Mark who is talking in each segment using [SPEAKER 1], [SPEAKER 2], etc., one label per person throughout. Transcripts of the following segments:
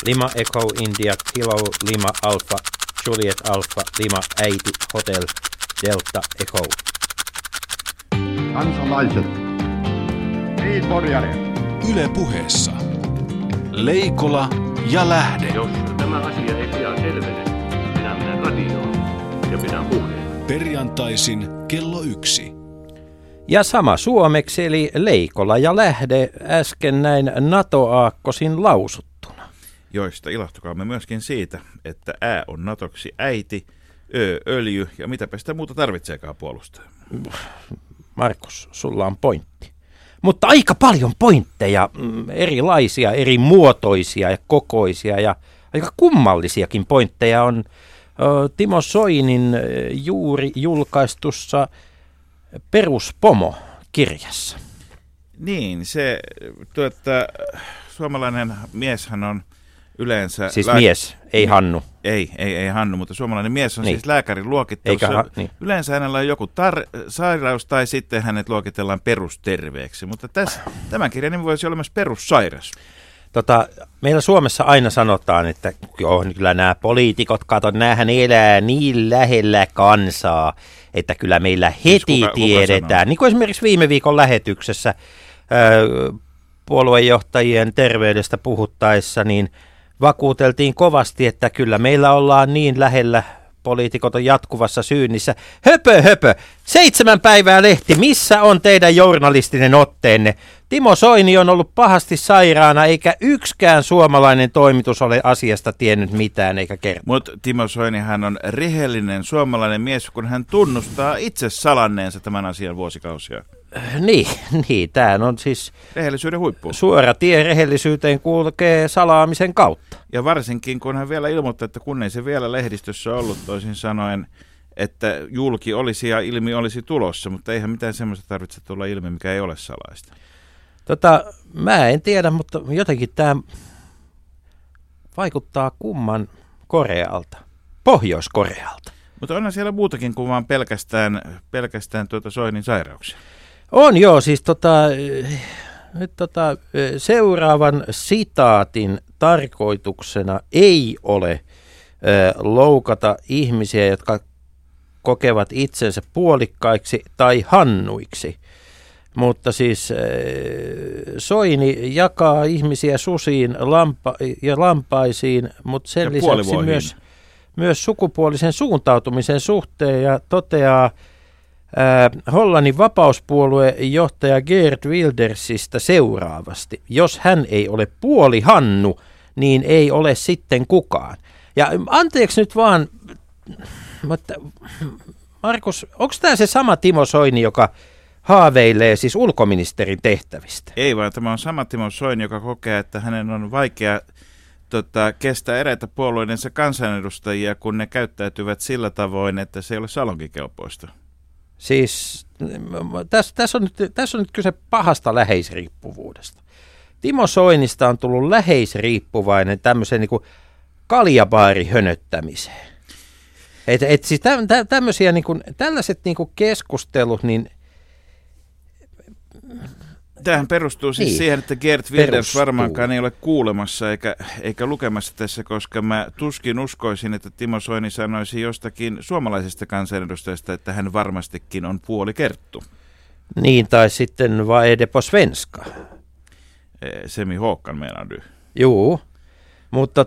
[SPEAKER 1] Lima Echo India Kilo Lima Alpha Juliet Alpha Lima Äiti Hotel Delta Echo.
[SPEAKER 2] Kansalaiset. Niin, Porjari.
[SPEAKER 3] Yle Puheessa. Leikola ja Lähde.
[SPEAKER 4] Jos tämä asia ei pian selvene, minä menen radioon ja pidän puheen.
[SPEAKER 3] Perjantaisin kello 1.
[SPEAKER 1] Ja sama suomeksi eli Leikola ja Lähde äsken näin NATO-aakkosin lausuttuna.
[SPEAKER 5] Joista ilahtukaamme myöskin siitä, että Ä on Natoksi äiti, Ö öljy ja mitäpä sitä muuta tarvitseekaan puolustaa.
[SPEAKER 1] Markus, sulla on pointti. Mutta aika paljon pointteja, erilaisia, eri muotoisia ja kokoisia ja aika kummallisiakin pointteja on Timo Soinin juuri julkaistussa Peruspomo-kirjassa.
[SPEAKER 5] Niin, se suomalainen mieshän on yleensä...
[SPEAKER 1] Siis mies, ei Hannu.
[SPEAKER 5] Ei Hannu, mutta suomalainen mies on
[SPEAKER 1] niin.
[SPEAKER 5] Siis lääkärin luokittelussa.
[SPEAKER 1] Niin.
[SPEAKER 5] Yleensä hänellä on joku sairaus tai sitten hänet luokitellaan perusterveeksi, mutta tämän kirjan nimi voisi olla myös perussairas.
[SPEAKER 1] Meillä Suomessa aina sanotaan, että kyllä nämä poliitikot, näähän elää niin lähellä kansaa, että kyllä meillä heti kuka tiedetään. Niin kuin esimerkiksi viime viikon lähetyksessä puoluejohtajien terveydestä puhuttaessa, niin vakuuteltiin kovasti, että kyllä meillä ollaan niin lähellä, poliitikot on jatkuvassa syynnissä. Höpö, 7 päivää lehti, missä on teidän journalistinen otteenne? Timo Soini on ollut pahasti sairaana, eikä yksikään suomalainen toimitus ole asiasta tiennyt mitään eikä kertoa.
[SPEAKER 5] Mutta Timo Soinihan on rehellinen suomalainen mies, kun hän tunnustaa itse salanneensa tämän asian vuosikausia.
[SPEAKER 1] Niin, tämä on siis
[SPEAKER 5] rehellisyyden huippu.
[SPEAKER 1] Suora tie rehellisyyteen kulkee salaamisen kautta.
[SPEAKER 5] Ja varsinkin kun hän vielä ilmoittaa, että kun ei se vielä lehdistössä ollut, toisin sanoen, että julki olisi ja ilmi olisi tulossa, mutta eihän mitään semmoista tarvitse tulla ilmi, mikä ei ole salaista.
[SPEAKER 1] Mä en tiedä, mutta jotenkin tämä vaikuttaa kumman Korealta, Pohjois-Korealta.
[SPEAKER 5] Mutta onhan siellä muutakin kuin vaan pelkästään Soinin sairauksia.
[SPEAKER 1] On joo, siis seuraavan sitaatin tarkoituksena ei ole loukata ihmisiä, jotka kokevat itsensä puolikkaiksi tai hannuiksi. Mutta siis Soini jakaa ihmisiä susiin ja lampaisiin, mutta sen lisäksi myös sukupuolisen suuntautumisen suhteen ja toteaa Hollannin vapauspuolueen johtaja Geert Wildersistä seuraavasti. Jos hän ei ole puolihannu, niin ei ole sitten kukaan. Ja anteeksi nyt vaan, mutta Markus, onko tämä se sama Timo Soini, joka haaveilee siis ulkoministerin tehtävistä?
[SPEAKER 5] Ei vaan, tämä on sama Timo Soini, joka kokee, että hänen on vaikea kestää eräitä puolueidensa kansanedustajia, kun ne käyttäytyvät sillä tavoin, että se ei ole salonkikelpoista. Siis
[SPEAKER 1] tässä on nyt kyse pahasta läheisriippuvuudesta. Timo Soinista on tullut läheisriippuvainen tämmöiseen niin kuin kaljabaarihönöttämiseen. Siis tämmöisiä niin kuin, tällaiset niin kuin keskustelut, niin
[SPEAKER 5] tämähän perustuu siis siihen, että Geert Wilders varmaankaan ei ole kuulemassa eikä lukemassa tässä, koska mä tuskin uskoisin, että Timo Soini sanoisi jostakin suomalaisesta kansanedustajasta, että hän varmastikin on puolikerttu.
[SPEAKER 1] Niin, tai sitten vad är det på svenska?
[SPEAKER 5] Semi Håkan menar du.
[SPEAKER 1] Juu, mutta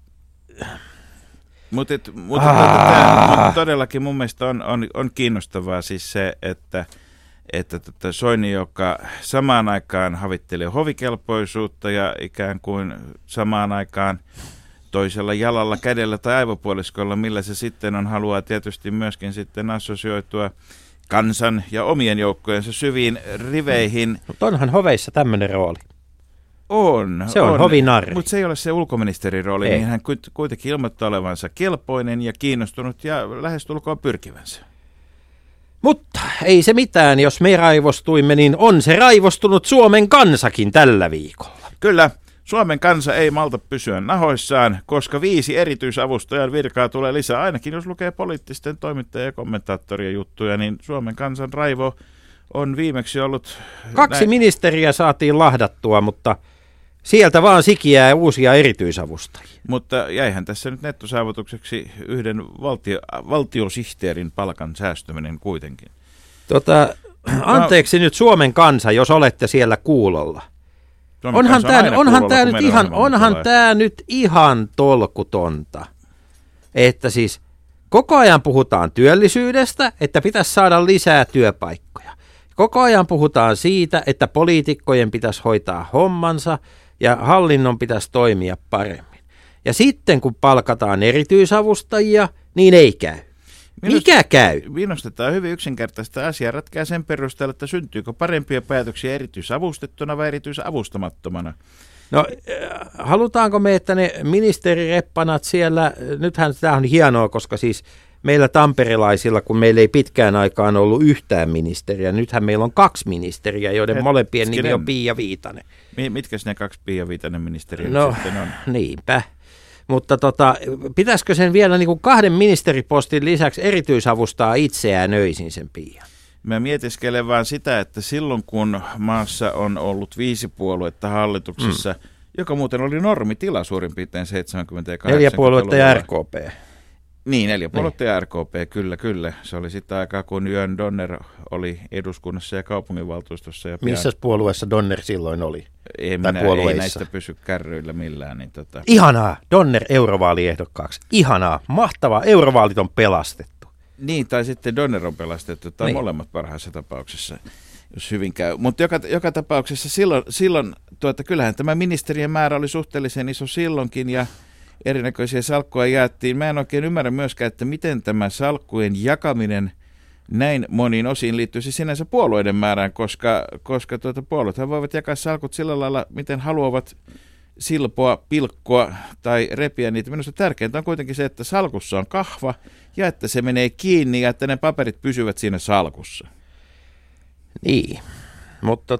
[SPEAKER 5] Mutta todellakin mun mielestä on kiinnostavaa siis se, että Soini, joka samaan aikaan havittelee hovikelpoisuutta ja ikään kuin samaan aikaan toisella jalalla, kädellä tai aivopuoliskolla, millä se sitten haluaa tietysti myöskin sitten assosioitua kansan ja omien joukkojensa syviin riveihin.
[SPEAKER 1] Mutta onhan hoveissa tämmöinen rooli.
[SPEAKER 5] Se
[SPEAKER 1] on hovinarri.
[SPEAKER 5] Mutta se ei ole se ulkoministerin rooli, niin hän kuitenkin ilmoittaa olevansa kelpoinen ja kiinnostunut ja lähestulkoon pyrkivänsä.
[SPEAKER 1] Mutta ei se mitään, jos me raivostuimme, niin on se raivostunut Suomen kansakin tällä viikolla.
[SPEAKER 5] Kyllä, Suomen kansa ei malta pysyä nahoissaan, koska 5 erityisavustajan virkaa tulee lisää. Ainakin jos lukee poliittisten toimittajien ja kommentaattorien juttuja, niin Suomen kansan raivo on viimeksi ollut...
[SPEAKER 1] 2 ministeriä saatiin lahdattua, mutta Sieltä vaan sikiää uusia erityisavustajia.
[SPEAKER 5] Mutta jäihän tässä nyt nettosaavutukseksi yhden valtiosihteerin palkan säästäminen kuitenkin.
[SPEAKER 1] Anteeksi nyt Suomen kansa, jos olette siellä kuulolla. Onhan tämä nyt ihan tolkutonta, että siis koko ajan puhutaan työllisyydestä, että pitäisi saada lisää työpaikkoja. Koko ajan puhutaan siitä, että poliitikkojen pitäisi hoitaa hommansa ja hallinnon pitäisi toimia paremmin. Ja sitten kun palkataan erityisavustajia, niin ei käy. Mikä käy?
[SPEAKER 5] Minusta tämä on hyvin yksinkertaista asiaa. Ratkaa sen perusteella, että syntyykö parempia päätöksiä erityisavustettuna vai erityisavustamattomana.
[SPEAKER 1] No, halutaanko me, että ne ministerireppanat siellä, nythän tämä on hienoa, koska siis meillä tamperilaisilla, kun meillä ei pitkään aikaan ollut yhtään ministeriä, nythän meillä on 2 ministeriä, joiden molempien nimi on Pia Viitanen.
[SPEAKER 5] Mitkäs ne 2 Pia Viitanen ministeriä sitten on?
[SPEAKER 1] Niinpä. Mutta pitäisikö sen vielä niin kuin 2 ministeripostin lisäksi erityisavustaa itseään öisin sen Pian?
[SPEAKER 5] Mä mietiskelen vaan sitä, että silloin kun maassa on ollut 5 puoluetta hallituksessa, joka muuten oli normitila suurin piirtein 70- ja 80-luvulla.
[SPEAKER 1] 4 puoluetta ja RKP.
[SPEAKER 5] Niin, 4 puoluetta ja RKP, kyllä. Se oli sitä aikaa, kun Jörn Donner oli eduskunnassa ja kaupunginvaltuustossa. Ja
[SPEAKER 1] missä puolueessa Donner silloin oli?
[SPEAKER 5] Ei näistä pysy kärryillä millään. Niin
[SPEAKER 1] Ihanaa, Donner eurovaaliehdokkaaksi. Ihanaa, mahtavaa, eurovaalit on pelastettu.
[SPEAKER 5] Niin, tai sitten Donner on pelastettu, tai molemmat parhaassa tapauksessa, jos hyvin käy. Mutta joka tapauksessa silloin kyllähän tämä ministerien määrä oli suhteellisen iso silloinkin, ja erinäköisiä salkkuja jaettiin. Mä en oikein ymmärrä myöskään, että miten tämä salkkujen jakaminen näin moniin osiin liittyisi sinänsä puolueiden määrään, koska puolueethan voivat jakaa salkut sillä lailla, miten haluavat silpoa, pilkkoa tai repiä niitä. Minusta tärkeintä on kuitenkin se, että salkussa on kahva ja että se menee kiinni ja että ne paperit pysyvät siinä salkussa.
[SPEAKER 1] Niin, mutta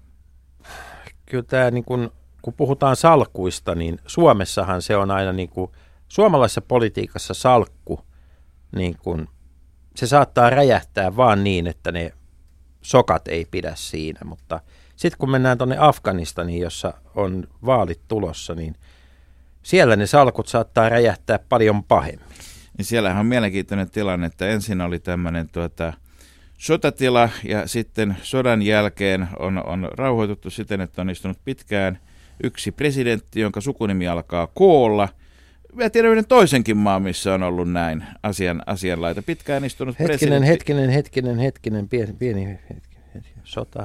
[SPEAKER 1] kyllä tämä niin kun puhutaan salkuista, niin Suomessahan se on aina niin kuin, suomalaisessa politiikassa salkku, niin kuin, se saattaa räjähtää vaan niin, että ne sokat ei pidä siinä, mutta sitten kun mennään tuonne Afganistaniin, jossa on vaalit tulossa, niin siellä ne salkut saattaa räjähtää paljon pahemmin.
[SPEAKER 5] Niin siellähän on mielenkiintoinen tilanne, että ensin oli tämmöinen sotatila ja sitten sodan jälkeen on rauhoituttu siten, että on istunut pitkään yksi presidentti, jonka sukunimi alkaa K:lla. Mä tiedän yhden toisenkin maan, missä on ollut näin asianlaita. Pitkään istunut presidentti.
[SPEAKER 1] Hetkinen, pieni sota.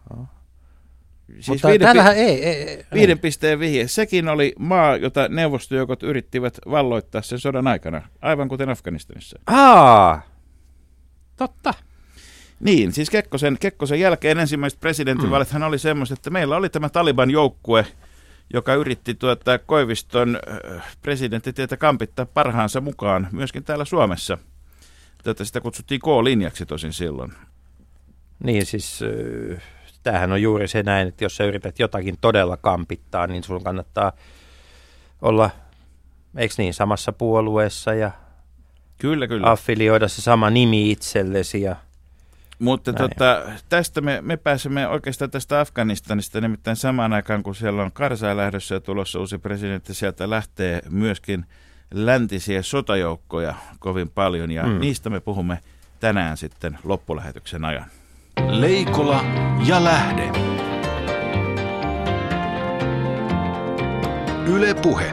[SPEAKER 5] Siis
[SPEAKER 1] mutta täällähän ei.
[SPEAKER 5] 5 pisteen vihje. Sekin oli maa, jota neuvostojoukot yrittivät valloittaa sen sodan aikana, aivan kuten Afganistanissa.
[SPEAKER 1] Totta.
[SPEAKER 5] Niin, siis Kekkosen jälkeen ensimmäiset presidentinvaalithan oli semmoiset, että meillä oli tämä Taliban-joukkue, joka yritti Koiviston presidenttitietä kampittaa parhaansa mukaan myöskin täällä Suomessa. Sitä kutsuttiin K-linjaksi tosin silloin.
[SPEAKER 1] Niin, siis tämähän on juuri se näin, että jos sä yrität jotakin todella kampittaa, niin sun kannattaa olla, eikö niin, samassa puolueessa ja
[SPEAKER 5] kyllä.
[SPEAKER 1] affilioida se sama nimi itsellesi ja
[SPEAKER 5] mutta tästä me pääsemme oikeastaan tästä Afganistanista, nimittäin samaan aikaan, kun siellä on Karzai lähdössä ja tulossa uusi presidentti, sieltä lähtee myöskin läntisiä sotajoukkoja kovin paljon, ja niistä me puhumme tänään sitten loppulähetyksen ajan.
[SPEAKER 3] Leikola ja Lähde. Yle Puhe.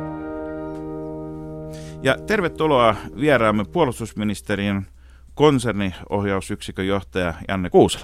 [SPEAKER 5] Ja tervetuloa vieraamme puolustusministeriön konserniohjausyksikön johtaja Janne Kuusela.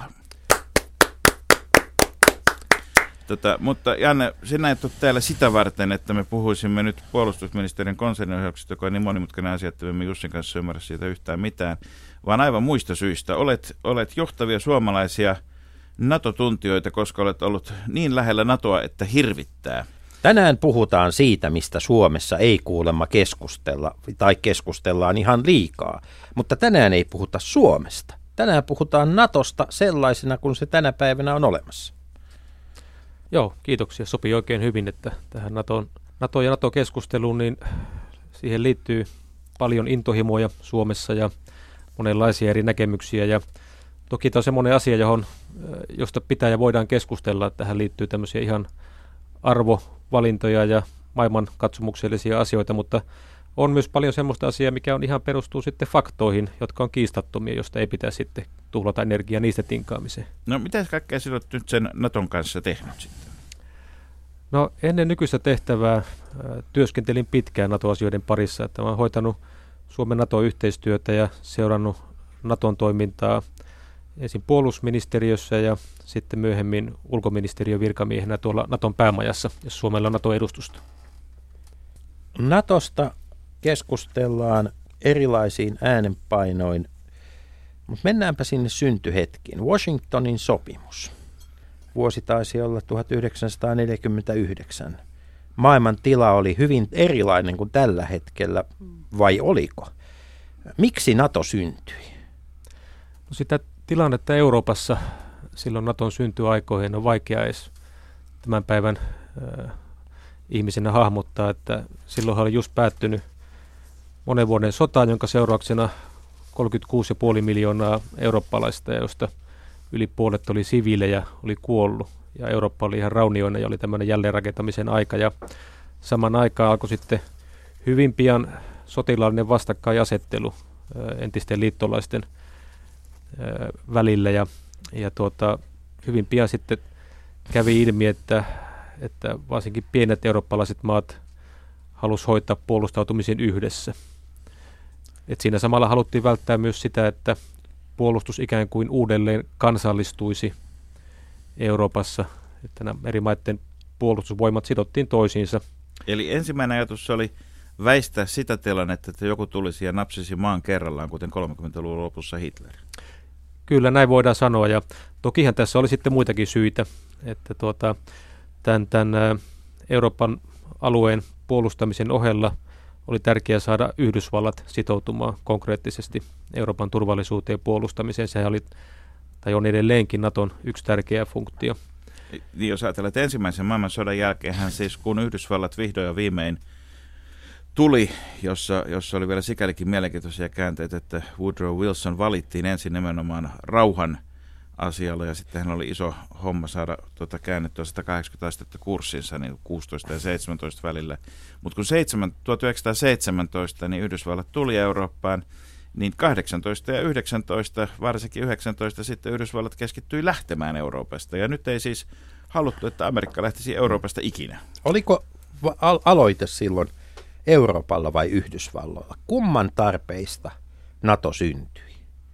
[SPEAKER 5] Mutta Janne, sinä et ole täällä sitä varten, että me puhuisimme nyt puolustusministeriön konserniohjauksesta, joka on niin monimutkainen asia, että me Jussin kanssa ymmärrä siitä yhtään mitään, vaan aivan muista syistä. Olet johtavia suomalaisia NATO-tuntijoita, koska olet ollut niin lähellä NATOa, että hirvittää.
[SPEAKER 1] Tänään puhutaan siitä, mistä Suomessa ei kuulemma keskustella, tai keskustellaan ihan liikaa. Mutta tänään ei puhuta Suomesta. Tänään puhutaan NATOsta sellaisena, kuin se tänä päivänä on olemassa.
[SPEAKER 6] Joo, kiitoksia. Sopii oikein hyvin, että tähän NATO- ja NATO-keskusteluun, niin siihen liittyy paljon intohimoja Suomessa ja monenlaisia eri näkemyksiä. Ja toki tämä on semmoinen asia, josta pitää ja voidaan keskustella, että tähän liittyy tämmöisiä ihan arvovalintoja ja maailmankatsomuksellisia asioita, mutta on myös paljon semmoista asiaa, mikä on ihan perustuu sitten faktoihin, jotka on kiistattomia, josta ei pitäisi sitten tuhlata energiaa niistä tinkaamiseen.
[SPEAKER 5] No mitä kaikkea sinä olet nyt sen Naton kanssa tehnyt sitten?
[SPEAKER 6] No ennen nykyistä tehtävää työskentelin pitkään NATO-asioiden parissa, että olen hoitanut Suomen NATO-yhteistyötä ja seurannut Naton toimintaa ensin puolustusministeriössä ja sitten myöhemmin ulkoministeriön virkamiehenä tuolla Naton päämajassa, jos Suomella on NATO-edustusta.
[SPEAKER 1] Natosta keskustellaan erilaisiin äänenpainoin, mutta mennäänpä sinne syntyhetkiin. Washingtonin sopimus. Vuosi taisi olla 1949. Maailman tila oli hyvin erilainen kuin tällä hetkellä, vai oliko? Miksi NATO syntyi?
[SPEAKER 6] No sitä tilannetta Euroopassa silloin Naton syntyaikoihin on vaikea edes tämän päivän ihmisenä hahmottaa, että silloin oli just päättynyt monen vuoden sota, jonka seurauksena 36,5 miljoonaa eurooppalaista, joista yli puolet oli siviilejä, oli kuollut. Ja Eurooppa oli ihan raunioina ja oli tämmöinen jälleenrakentamisen aika. Ja saman aikaan alkoi sitten hyvin pian sotilaallinen vastakkainasettelu entisten liittolaisten välillä. Ja hyvin pian sitten kävi ilmi, että varsinkin pienet eurooppalaiset maat halusi hoitaa puolustautumisen yhdessä. Et siinä samalla haluttiin välttää myös sitä, että puolustus ikään kuin uudelleen kansallistuisi Euroopassa, että nämä eri maiden puolustusvoimat sidottiin toisiinsa.
[SPEAKER 5] Eli ensimmäinen ajatus oli väistää sitä tilannetta, että joku tulisi ja napsisi maan kerrallaan, kuten 30-luvun lopussa Hitler.
[SPEAKER 6] Kyllä, näin voidaan sanoa, ja tokihan tässä oli sitten muitakin syitä, että tämän Euroopan alueen puolustamisen ohella oli tärkeää saada Yhdysvallat sitoutumaan konkreettisesti Euroopan turvallisuuteen ja puolustamiseen. Sehän oli, tai on edelleenkin Naton yksi tärkeä funktio.
[SPEAKER 5] Niin, jos ajatellaan, että ensimmäisen maailmansodan jälkeenhän siis, kun Yhdysvallat vihdoin ja viimein tuli, jossa oli vielä sikälikin mielenkiintoisia käänteitä, että Woodrow Wilson valittiin ensin nimenomaan rauhan asialla, ja sitten hän oli iso homma saada käännettyä 180 astetta kurssinsa niin 16 ja 17 välillä. Mutta kun 1917 niin Yhdysvallat tuli Eurooppaan, niin 18 ja 19, varsinkin 19, sitten Yhdysvallat keskittyi lähtemään Euroopasta. Ja nyt ei siis haluttu, että Amerikka lähtisi Euroopasta ikinä.
[SPEAKER 1] Oliko aloite silloin Euroopalla vai Yhdysvalloilla? Kumman tarpeista NATO syntyi?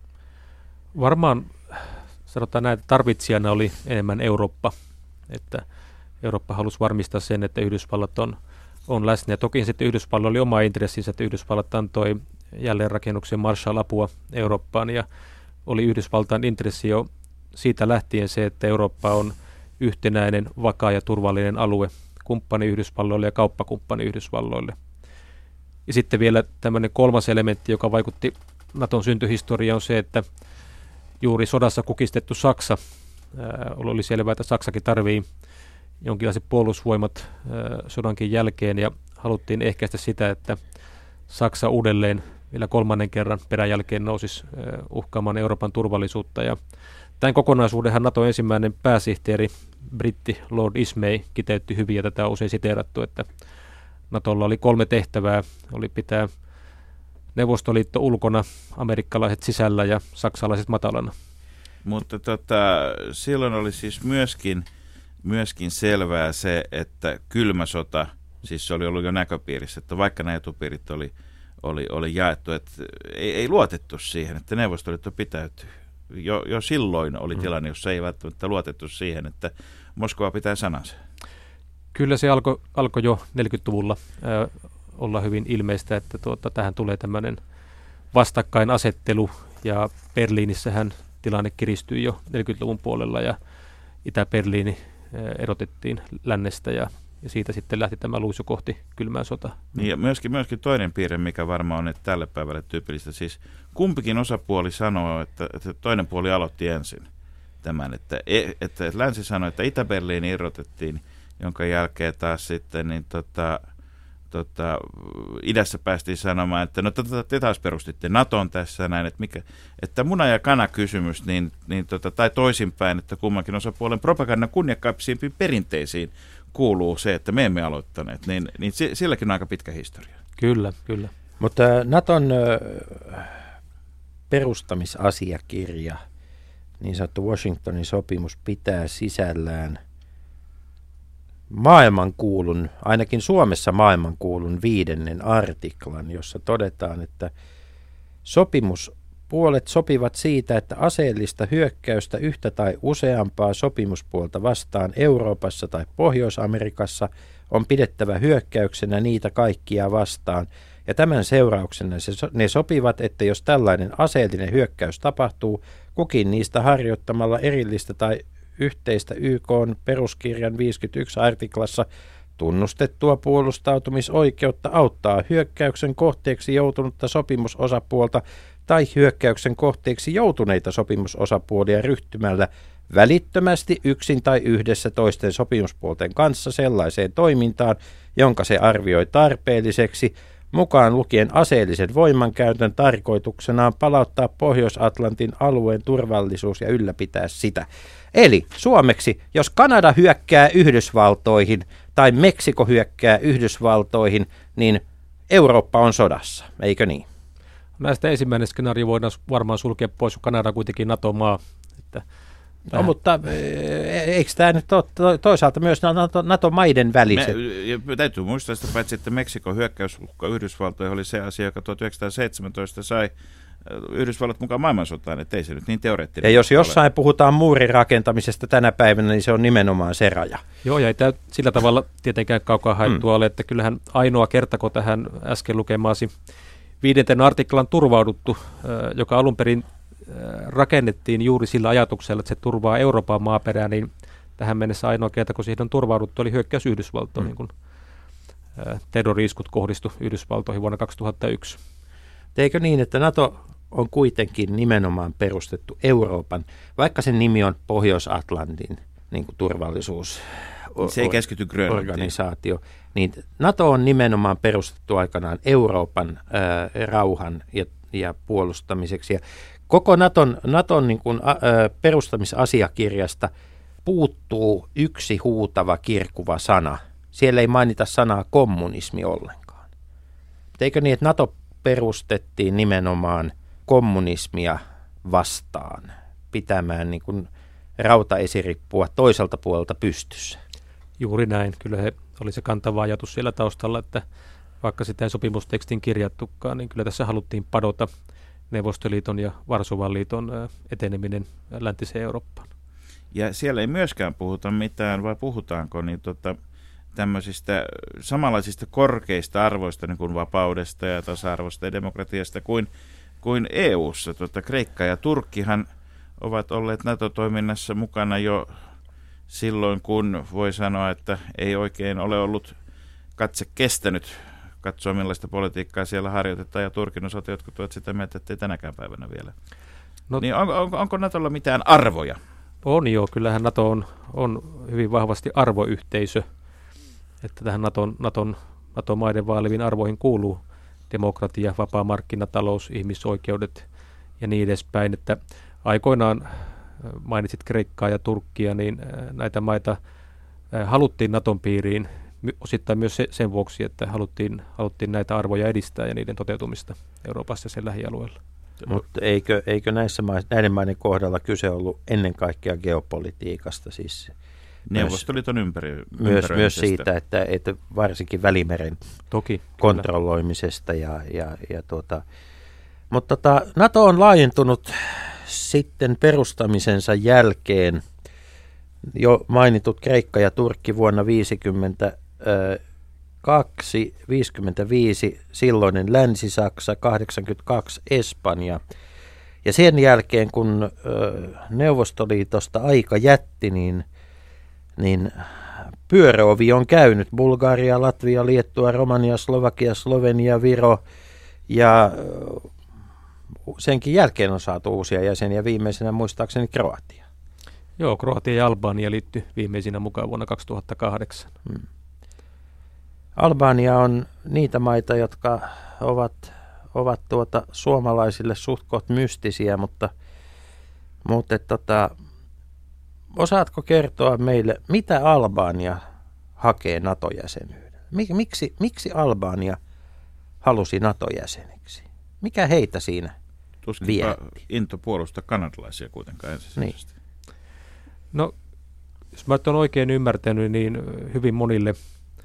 [SPEAKER 6] Varmaan sanotaan näin, että tarvitsijana oli enemmän Eurooppa, että Eurooppa halusi varmistaa sen, että Yhdysvallat on läsnä. Ja toki sitten Yhdysvalloilla oli oma intressinsä, että Yhdysvallat antoi jälleenrakennuksen Marshall-apua Eurooppaan, ja oli Yhdysvaltain intressi jo siitä lähtien se, että Eurooppa on yhtenäinen, vakaa ja turvallinen alue kumppani Yhdysvalloille ja kauppakumppani Yhdysvalloille. Ja sitten vielä tämmöinen kolmas elementti, joka vaikutti Naton syntyhistoriaan, on se, että juuri sodassa kukistettu Saksa, oli selvää, että Saksakin tarvii jonkinlaiset puolustusvoimat sodankin jälkeen, ja haluttiin ehkäistä sitä, että Saksa uudelleen vielä kolmannen kerran peräjälkeen nousisi uhkaamaan Euroopan turvallisuutta. Ja tämän kokonaisuudenhan Naton ensimmäinen pääsihteeri, britti Lord Ismay, kiteytti hyvin, ja tätä on usein siteerattu, että Natolla oli 3 tehtävää, oli pitää Neuvostoliitto ulkona, amerikkalaiset sisällä ja saksalaiset matalana.
[SPEAKER 5] Mutta silloin oli siis myöskin selvää se, että kylmä sota, siis se oli ollut jo näköpiirissä, että vaikka nämä etupiirit oli jaettu, että ei luotettu siihen, että Neuvostoliitto pitäytyy. Jo silloin oli tilanne, jossa ei välttämättä luotettu siihen, että Moskova pitää sanansa.
[SPEAKER 6] Kyllä se alkoi jo 40-luvulla olla hyvin ilmeistä, että tähän tulee tämmöinen vastakkainasettelu, ja Berliinissähän tilanne kiristyi jo 40-luvun puolella, ja Itä-Berliini erotettiin lännestä, ja siitä sitten lähti tämä luisu kohti kylmää sotaa.
[SPEAKER 5] Niin, ja myöskin toinen piirre, mikä varmaan on tälle päivälle tyypillistä, siis kumpikin osapuoli sanoo, että toinen puoli aloitti ensin tämän, että länsi sanoi, että Itä-Berliini irrotettiin, jonka jälkeen taas sitten niin idässä päästiin sanomaan, että no te taas perustitte Naton tässä näin, että muna- ja kana-kysymys, tai toisinpäin, että kummankin osapuolen propagandan kunniakkaimpiin perinteisiin kuuluu se, että me emme aloittaneet, niin silläkin on aika pitkä historia.
[SPEAKER 6] Kyllä.
[SPEAKER 1] Mutta Naton perustamisasiakirja, niin sanottu Washingtonin sopimus, pitää sisällään maailmankuulun, ainakin Suomessa maailmankuulun 5. artiklan, jossa todetaan, että sopimuspuolet sopivat siitä, että aseellista hyökkäystä yhtä tai useampaa sopimuspuolta vastaan Euroopassa tai Pohjois-Amerikassa on pidettävä hyökkäyksenä niitä kaikkia vastaan, ja tämän seurauksena ne sopivat, että jos tällainen aseellinen hyökkäys tapahtuu, kukin niistä harjoittamalla erillistä tai yhteistä YK:n peruskirjan 51 artiklassa tunnustettua puolustautumisoikeutta auttaa hyökkäyksen kohteeksi joutunutta sopimusosapuolta tai hyökkäyksen kohteeksi joutuneita sopimusosapuolia ryhtymällä välittömästi yksin tai yhdessä toisten sopimuspuolten kanssa sellaiseen toimintaan, jonka se arvioi tarpeelliseksi, mukaan lukien aseellisen voimankäytön tarkoituksenaan palauttaa Pohjois-Atlantin alueen turvallisuus ja ylläpitää sitä. Eli suomeksi, jos Kanada hyökkää Yhdysvaltoihin tai Meksiko hyökkää Yhdysvaltoihin, niin Eurooppa on sodassa, eikö niin?
[SPEAKER 6] Näistä ensimmäinen skenaario voidaan varmaan sulkea pois, kun Kanada on kuitenkin NATO-maa.
[SPEAKER 1] No, mutta eikö tämä nyt ole toisaalta myös NATO-maiden väliset?
[SPEAKER 5] Täytyy muistaa sitä paitsi, että Meksikon hyökkäysuhka Yhdysvaltoihin oli se asia, joka 1917 sai Yhdysvallat mukaan maailmansotaan, että ei se nyt niin teoreettinen.
[SPEAKER 1] Ja jos jossain puhutaan muurin rakentamisesta tänä päivänä, niin se on nimenomaan se raja.
[SPEAKER 6] Joo, ja ei tämä sillä tavalla tietenkään kaukaa haettua ole, että kyllähän ainoa kerta, kun tähän äsken lukemaasi 5. artiklan turvauduttu, joka alun perin rakennettiin juuri sillä ajatuksella, että se turvaa Euroopan maaperää, niin tähän mennessä ainoa kerta, kun siihen on turvauduttu, oli hyökkäys Yhdysvaltoihin, kun terrori-iskut kohdistu Yhdysvaltoihin vuonna 2001.
[SPEAKER 1] Eikö niin, että NATO on kuitenkin nimenomaan perustettu Euroopan, vaikka sen nimi on Pohjois-Atlantin niin kuin turvallisuus.
[SPEAKER 5] Se ei keskity
[SPEAKER 1] organisaatio, niin NATO on nimenomaan perustettu aikanaan Euroopan rauhan ja puolustamiseksi. Ja koko Naton niin kuin, perustamisasiakirjasta puuttuu yksi huutava kirkuva sana. Siellä ei mainita sanaa kommunismi ollenkaan. Eikö niin, että NATO perustettiin nimenomaan kommunismia vastaan, pitämään niin kuin rautaesirippua toiselta puolelta pystyssä?
[SPEAKER 6] Juuri näin. Kyllä oli se kantava ajatus siellä taustalla, että vaikka sitä ei sopimustekstin kirjattukaan, niin kyllä tässä haluttiin padota Neuvostoliiton ja Varsovan liiton eteneminen läntiseen Eurooppaan.
[SPEAKER 5] Ja siellä ei myöskään puhuta mitään, vai puhutaanko niin tämmöisistä samanlaisista korkeista arvoista, niin kuin vapaudesta ja tasa-arvosta ja demokratiasta kuin EU:ssa. Kreikka ja Turkkihan ovat olleet NATO-toiminnassa mukana jo silloin, kun voi sanoa, että ei oikein ole ollut katse kestänyt katsoa, millaista politiikkaa siellä harjoitetaan, ja Turkin osalta jotkut ovat sitä mieltä, että ei tänäkään päivänä vielä. No, niin onko NATOlla mitään arvoja?
[SPEAKER 6] On joo, kyllähän NATO on hyvin vahvasti arvoyhteisö, että tähän NATO-maiden vaaliviin arvoihin kuuluu demokratia, vapaa markkinatalous, ihmisoikeudet ja niin edespäin, että aikoinaan mainitsit Kreikkaa ja Turkkia, niin näitä maita haluttiin NATOn piiriin osittain myös sen vuoksi, että haluttiin näitä arvoja edistää ja niiden toteutumista Euroopassa ja sen lähialueella.
[SPEAKER 1] Mutta eikö näiden maiden kohdalla kyse ollut ennen kaikkea geopolitiikasta, siis
[SPEAKER 5] Neuvostoliiton
[SPEAKER 1] myös siitä, että varsinkin Välimeren
[SPEAKER 6] toki
[SPEAKER 1] kontrolloimisesta mutta NATO on laajentunut sitten perustamisensa jälkeen. Jo mainitut Kreikka ja Turkki vuonna 1952, silloinen Länsi-Saksa, 82 Espanja. Ja sen jälkeen, kun Neuvostoliitosta aika jätti, niin pyöröovi on käynyt. Bulgaria, Latvia, Liettua, Romania, Slovakia, Slovenia, Viro ja senkin jälkeen on saatu uusia jäseniä, viimeisenä muistaakseni Kroatia.
[SPEAKER 6] Joo, Kroatia ja Albania liittyi viimeisinä mukaan vuonna 2008.
[SPEAKER 1] Albania on niitä maita, jotka ovat suomalaisille suht koht mystisiä, mutta osaatko kertoa meille, mitä Albania hakee NATO-jäsenyyden? Miksi Albania halusi NATO-jäseneksi? Mikä heitä siinä
[SPEAKER 5] Tuskinpa into puolustaa kanadalaisia kuitenkaan ensisijaisesti.
[SPEAKER 1] Niin.
[SPEAKER 6] No, jos mä olen oikein ymmärtänyt, niin hyvin monille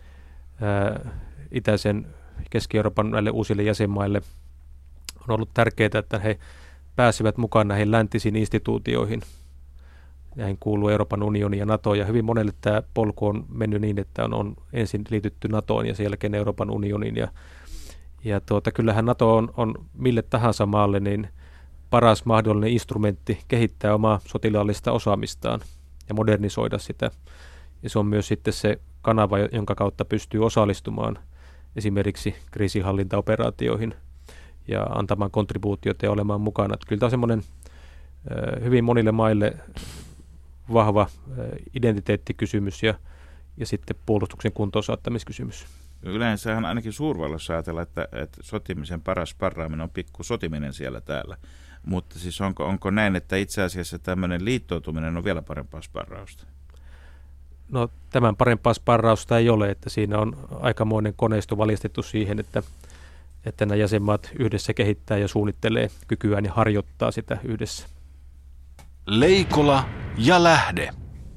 [SPEAKER 6] itäisen Keski-Euroopan näille uusille jäsenmaille on ollut tärkeää, että he pääsevät mukaan näihin läntisiin instituutioihin. Näihin kuuluu Euroopan unioni ja NATO, ja hyvin monelle tämä polku on mennyt niin, että on ensin liitytty NATOon ja sen jälkeen Euroopan unioniin. Ja kyllähän NATO on mille tahansa maalle niin paras mahdollinen instrumentti kehittää omaa sotilaallista osaamistaan ja modernisoida sitä. Ja se on myös sitten se kanava, jonka kautta pystyy osallistumaan esimerkiksi kriisinhallintaoperaatioihin ja antamaan kontribuutioita ja olemaan mukana. Että kyllä tämä on semmoinen hyvin monille maille vahva identiteettikysymys ja sitten puolustuksen kuntoon saattamiskysymys.
[SPEAKER 5] Yleensähän ainakin suurvalloissa ajatellaan, että sotimisen paras sparraaminen on pikku sotiminen siellä täällä. Mutta siis onko näin, että itse asiassa tämmöinen liittoutuminen on vielä parempaa sparrausta?
[SPEAKER 6] No tämän parempaa sparrausta ei ole, että siinä on aikamoinen koneisto valjastettu siihen, että nämä jäsenmaat yhdessä kehittää ja suunnittelee kykyään ja harjoittaa sitä yhdessä.
[SPEAKER 3] Leikola ja Lähde.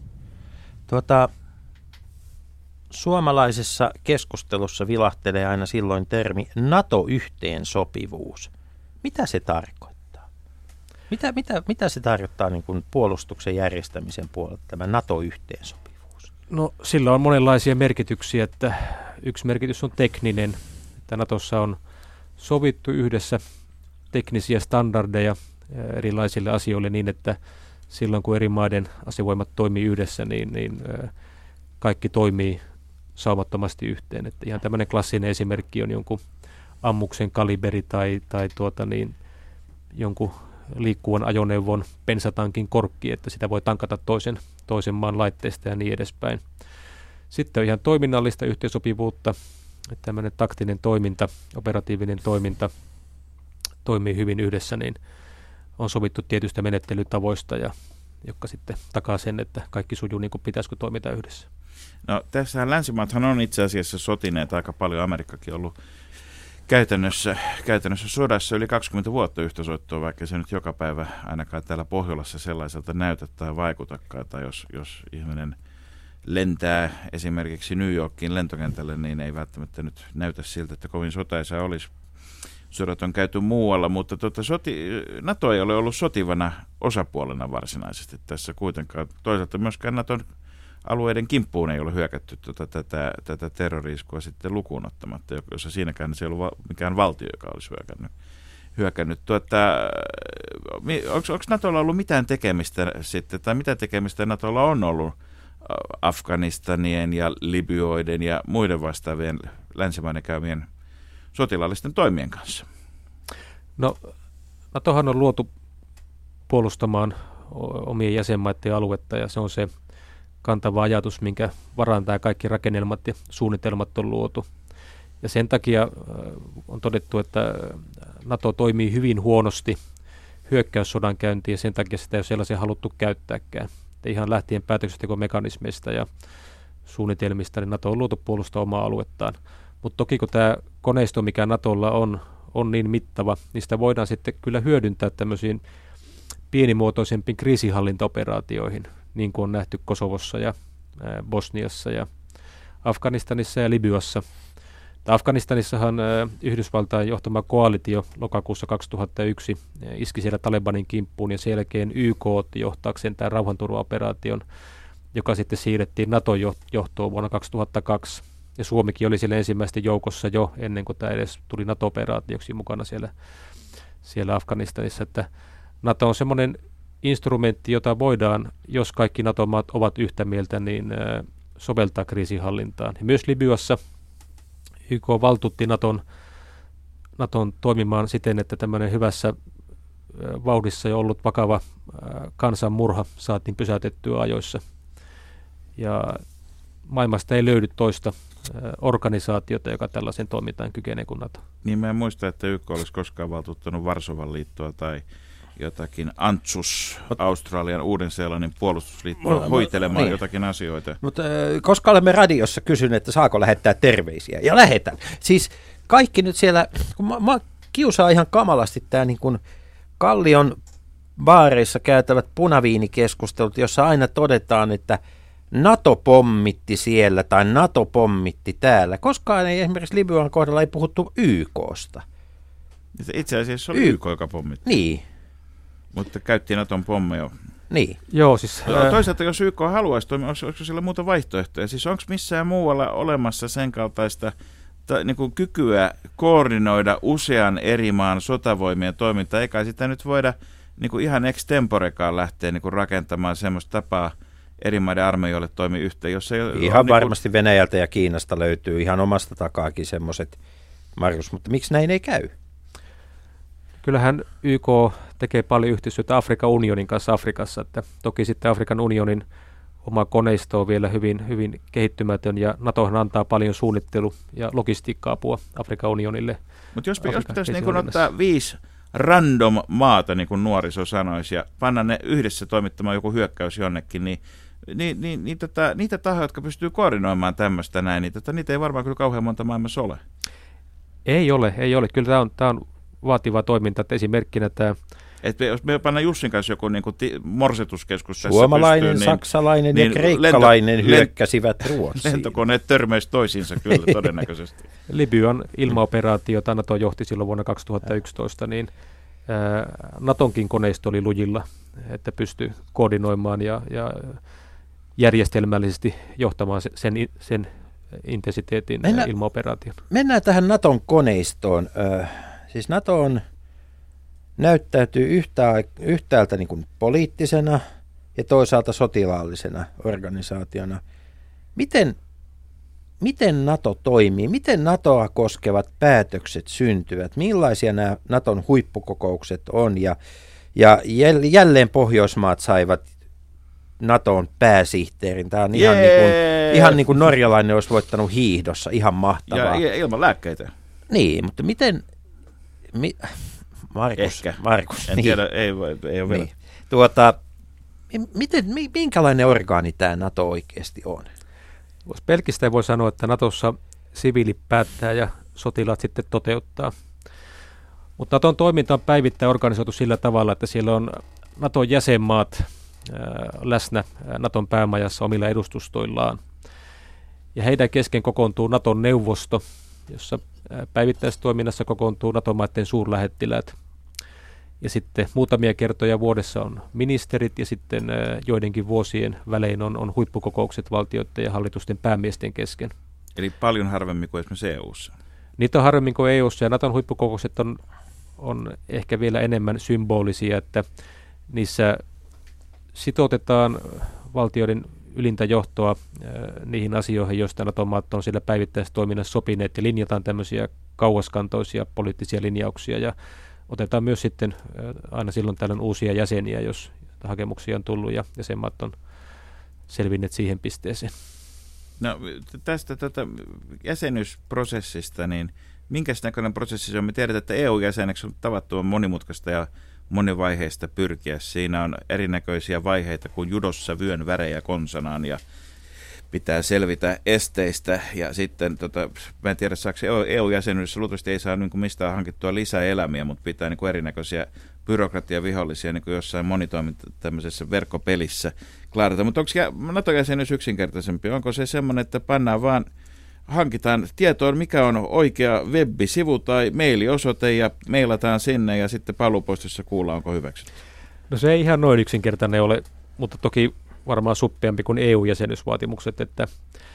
[SPEAKER 1] Suomalaisessa keskustelussa vilahtelee aina silloin termi NATO-yhteensopivuus. Mitä se tarkoittaa? Mitä se tarkoittaa niin kuin puolustuksen järjestämisen puolelta, tämä NATO-yhteensopivuus?
[SPEAKER 6] No sillä on monenlaisia merkityksiä, että yksi merkitys on tekninen, että NATOssa on sovittu yhdessä teknisiä standardeja erilaisille asioille niin, että silloin kun eri maiden asevoimat toimii yhdessä, niin kaikki toimii saumattomasti yhteen. Että ihan tämmöinen klassinen esimerkki on jonkun ammuksen kaliberi tai jonkun liikkuvan ajoneuvon bensatankin korkki, että sitä voi tankata toisen maan laitteesta ja niin edespäin. Sitten on ihan toiminnallista yhteensopivuutta, että tämmöinen taktinen toiminta, operatiivinen toiminta toimii hyvin yhdessä, niin on sovittu tietystä menettelytavoista, jotka sitten takaa sen, että kaikki sujuu niin kuin pitäisi, kun toimitaan yhdessä.
[SPEAKER 5] No tässähän länsimaathan on itse asiassa sotineet aika paljon. Amerikkakin ollut käytännössä sodassa yli 20 vuotta yhtä soittoa, vaikka se nyt joka päivä ainakaan täällä Pohjolassa sellaiselta näytä tai vaikutakaan. Tai jos ihminen lentää esimerkiksi New Yorkin lentokentälle, niin ei välttämättä nyt näytä siltä, että kovin sotaisa olisi. Sodat on käyty muualla, mutta NATO ei ole ollut sotivana osapuolena varsinaisesti tässä kuitenkaan. Toisaalta myöskään NATOn alueiden kimppuun ei ole hyökätty tätä terrori-iskua sitten lukuun ottamatta, jossa siinäkään se ei ollut mikään valtio, joka olisi hyökännyt. Onko NATOlla ollut mitään tekemistä sitten, tai mitä tekemistä NATOlla on ollut Afganistanien ja Libyoiden ja muiden vastaavien länsimaiden käymien sotilaallisten toimien kanssa? No,
[SPEAKER 6] NATOhan on luotu puolustamaan omien jäsenmaiden aluetta, ja se on se kantava ajatus, minkä varaan tämä kaikki rakennelmat ja suunnitelmat on luotu. Ja sen takia on todettu, että NATO toimii hyvin huonosti hyökkäyssodan käyntiin, ja sen takia sitä ei ole sellaisen haluttu käyttääkään. Ja ihan lähtien päätöksentekomekanismeista ja suunnitelmista, niin NATO on luotu puolustaa omaa aluettaan. Mutta toki kun tämä koneisto, mikä NATOlla on niin mittava, niin sitä voidaan sitten kyllä hyödyntää tämmöisiin pienimuotoisempiin kriisinhallintaoperaatioihin, niin kuin on nähty Kosovossa ja Bosniassa ja Afganistanissa ja Libyassa. Afganistanissahan Yhdysvaltain johtama koalitio lokakuussa 2001 iski siellä Talebanin kimppuun, ja sen jälkeen YK otti johtaakseen tämän rauhanturvaoperaation, joka sitten siirrettiin NATO-johtoon vuonna 2002. Ja Suomikin oli siellä ensimmäisten joukossa jo ennen kuin tämä edes tuli NATO-operaatioksi mukana siellä Afganistanissa. Että NATO on semmoinen instrumentti, jota voidaan, jos kaikki NATO-maat ovat yhtä mieltä, niin soveltaa kriisinhallintaan. Ja myös Libyassa YK valtuutti Naton toimimaan siten, että tämmöinen hyvässä vauhdissa jo ollut vakava kansanmurha saatiin pysäytettyä ajoissa. Ja maailmasta ei löydy toista organisaatiota, joka tällaisen toimintaan kykenee kuin NATO.
[SPEAKER 5] Niin mä en muista, että YK olisi koskaan valtuuttanut Varsovan liittoa tai jotakin Antsus, Australian Uuden-Seelannin puolustusliittoa hoitelemaan jotakin asioita.
[SPEAKER 1] Mutta koska olemme radiossa kysyneet, että saako lähettää terveisiä, ja lähetän. Siis kaikki nyt siellä, kun mä kiusaa ihan kamalasti tämä niin kuin Kallion baareissa käytävät punaviinikeskustelut, jossa aina todetaan, että NATO pommitti siellä tai NATO pommitti täällä. Koskaan ei esimerkiksi Libyan kohdalla ei puhuttu YKsta.
[SPEAKER 5] Itse asiassa oli YK, joka pommitti.
[SPEAKER 1] Niin.
[SPEAKER 5] Mutta käytti Naton pommeja.
[SPEAKER 1] Niin.
[SPEAKER 6] Joo, siis,
[SPEAKER 5] toisaalta jos YK haluaisi toimia, olisiko sillä muuta vaihtoehtoja? Siis onko missään muualla olemassa sen kaltaista niin kuin kykyä koordinoida usean eri maan sotavoimien toimintaa, eikä sitä nyt voida niin kuin ihan extemporekaan lähteä niin kuin rakentamaan semmoista tapaa eri maiden armeijoille toimia yhteen. Jos ei
[SPEAKER 1] ihan varmasti niin kuin Venäjältä ja Kiinasta löytyy ihan omasta takaakin semmoiset, Markus, mutta miksi näin ei käy?
[SPEAKER 6] Kyllähän YK tekee paljon yhteistyötä Afrikan unionin kanssa Afrikassa, että toki sitten Afrikan unionin oma koneisto on vielä hyvin, hyvin kehittymätön ja NATOhan antaa paljon suunnittelu- ja logistiikka-apua Afrikan unionille.
[SPEAKER 5] Mutta jos pitäisi niin ottaa 5 random maata, niin kuin nuoriso sanoisi, ja panna ne yhdessä toimittamaan joku hyökkäys jonnekin, niin niitä tahoja, jotka pystyy koordinoimaan tämmöistä näin, niin niitä ei varmaan kyllä kauhean monta maailmassa ole.
[SPEAKER 6] Ei ole. Kyllä tämä on vaativa toiminta, että esimerkkinä tämä...
[SPEAKER 5] Että jos me pannaan Jussin kanssa joku niin kuin morsetuskeskus tässä
[SPEAKER 1] suomalainen,
[SPEAKER 5] pystyy,
[SPEAKER 1] saksalainen ja kreikkalainen hyökkäsivät Ruotsiin.
[SPEAKER 5] Lentokoneet törmäisi toisiinsa kyllä todennäköisesti.
[SPEAKER 6] Libyan ilmaoperaatiota NATO johti silloin vuonna 2011, niin Natonkin koneisto oli lujilla, että pystyi koordinoimaan ja järjestelmällisesti johtamaan sen intensiteetin ilmaoperaation.
[SPEAKER 1] Mennään tähän Naton koneistoon. Siis Nato näyttäytyy yhtäältä niin kuin poliittisena ja toisaalta sotilaallisena organisaationa. Miten NATO toimii? Miten NATOa koskevat päätökset syntyvät? Millaisia nämä Naton huippukokoukset on? Ja jälleen Pohjoismaat saivat NATOn pääsihteerin. Tämä on ihan niin kuin norjalainen olisi voittanut hiihdossa. Ihan mahtavaa.
[SPEAKER 5] Ja ilman lääkkeitä.
[SPEAKER 1] Niin, mutta miten... Markus.
[SPEAKER 5] En tiedä, ei ole vielä.
[SPEAKER 1] Minkälainen orgaani tämä NATO oikeasti on?
[SPEAKER 6] Pelkistä voi sanoa, että NATOssa siviili päättää ja sotilaat sitten toteuttaa. Mutta NATOn toiminta on päivittäin organisoitu sillä tavalla, että siellä on NATOn jäsenmaat läsnä NATOn päämajassa omilla edustustoillaan. Ja heidän kesken kokoontuu NATOn neuvosto, jossa päivittäistoiminnassa kokoontuu NATO-maiden suurlähettiläät. Ja sitten muutamia kertoja vuodessa on ministerit ja sitten joidenkin vuosien välein on huippukokoukset valtioiden ja hallitusten päämiesten kesken.
[SPEAKER 5] Eli paljon harvemmin kuin esimerkiksi EU:ssa.
[SPEAKER 6] Niitä on harvemmin kuin EU:ssa ja NATOn huippukokoukset on ehkä vielä enemmän symbolisia, että niissä sitoutetaan valtioiden ylintä johtoa niihin asioihin, joista NATO-maat on siellä päivittäisessä toiminnassa sopineet ja linjataan tämmöisiä kauaskantoisia poliittisia linjauksia ja otetaan myös sitten aina silloin tällöin uusia jäseniä, jos hakemuksia on tullut ja jäsenmaat on selvinneet siihen pisteeseen.
[SPEAKER 5] No tästä jäsenyysprosessista, niin minkä näköinen prosessi se on? Me tiedetään, että EU-jäseneksi on tavattoman monimutkaista ja monivaiheista pyrkiä. Siinä on erinäköisiä vaiheita kuin judossa vyön värejä konsanaan ja pitää selvitä esteistä ja sitten, mä en tiedä saako EU-jäsenyydessä, luultavasti ei saa niin kuin mistään hankittua lisää elämiä, mutta pitää niin kuin erinäköisiä byrokratiavihollisia niin kuin jossain monitoiminta tämmöisessä verkkopelissä klaarata. Mutta onko NATO-jäsenyys yksinkertaisempi? Onko se semmoinen, että pannaan vaan, hankitaan tietoon, mikä on oikea web-sivu tai mailiosoite ja mailataan sinne ja sitten paluupoistossa kuullaan, onko hyväksytty?
[SPEAKER 6] No se ei ihan noin yksinkertainen ole, mutta toki varmaan suppeampi kuin EU-jäsenyysvaatimukset, että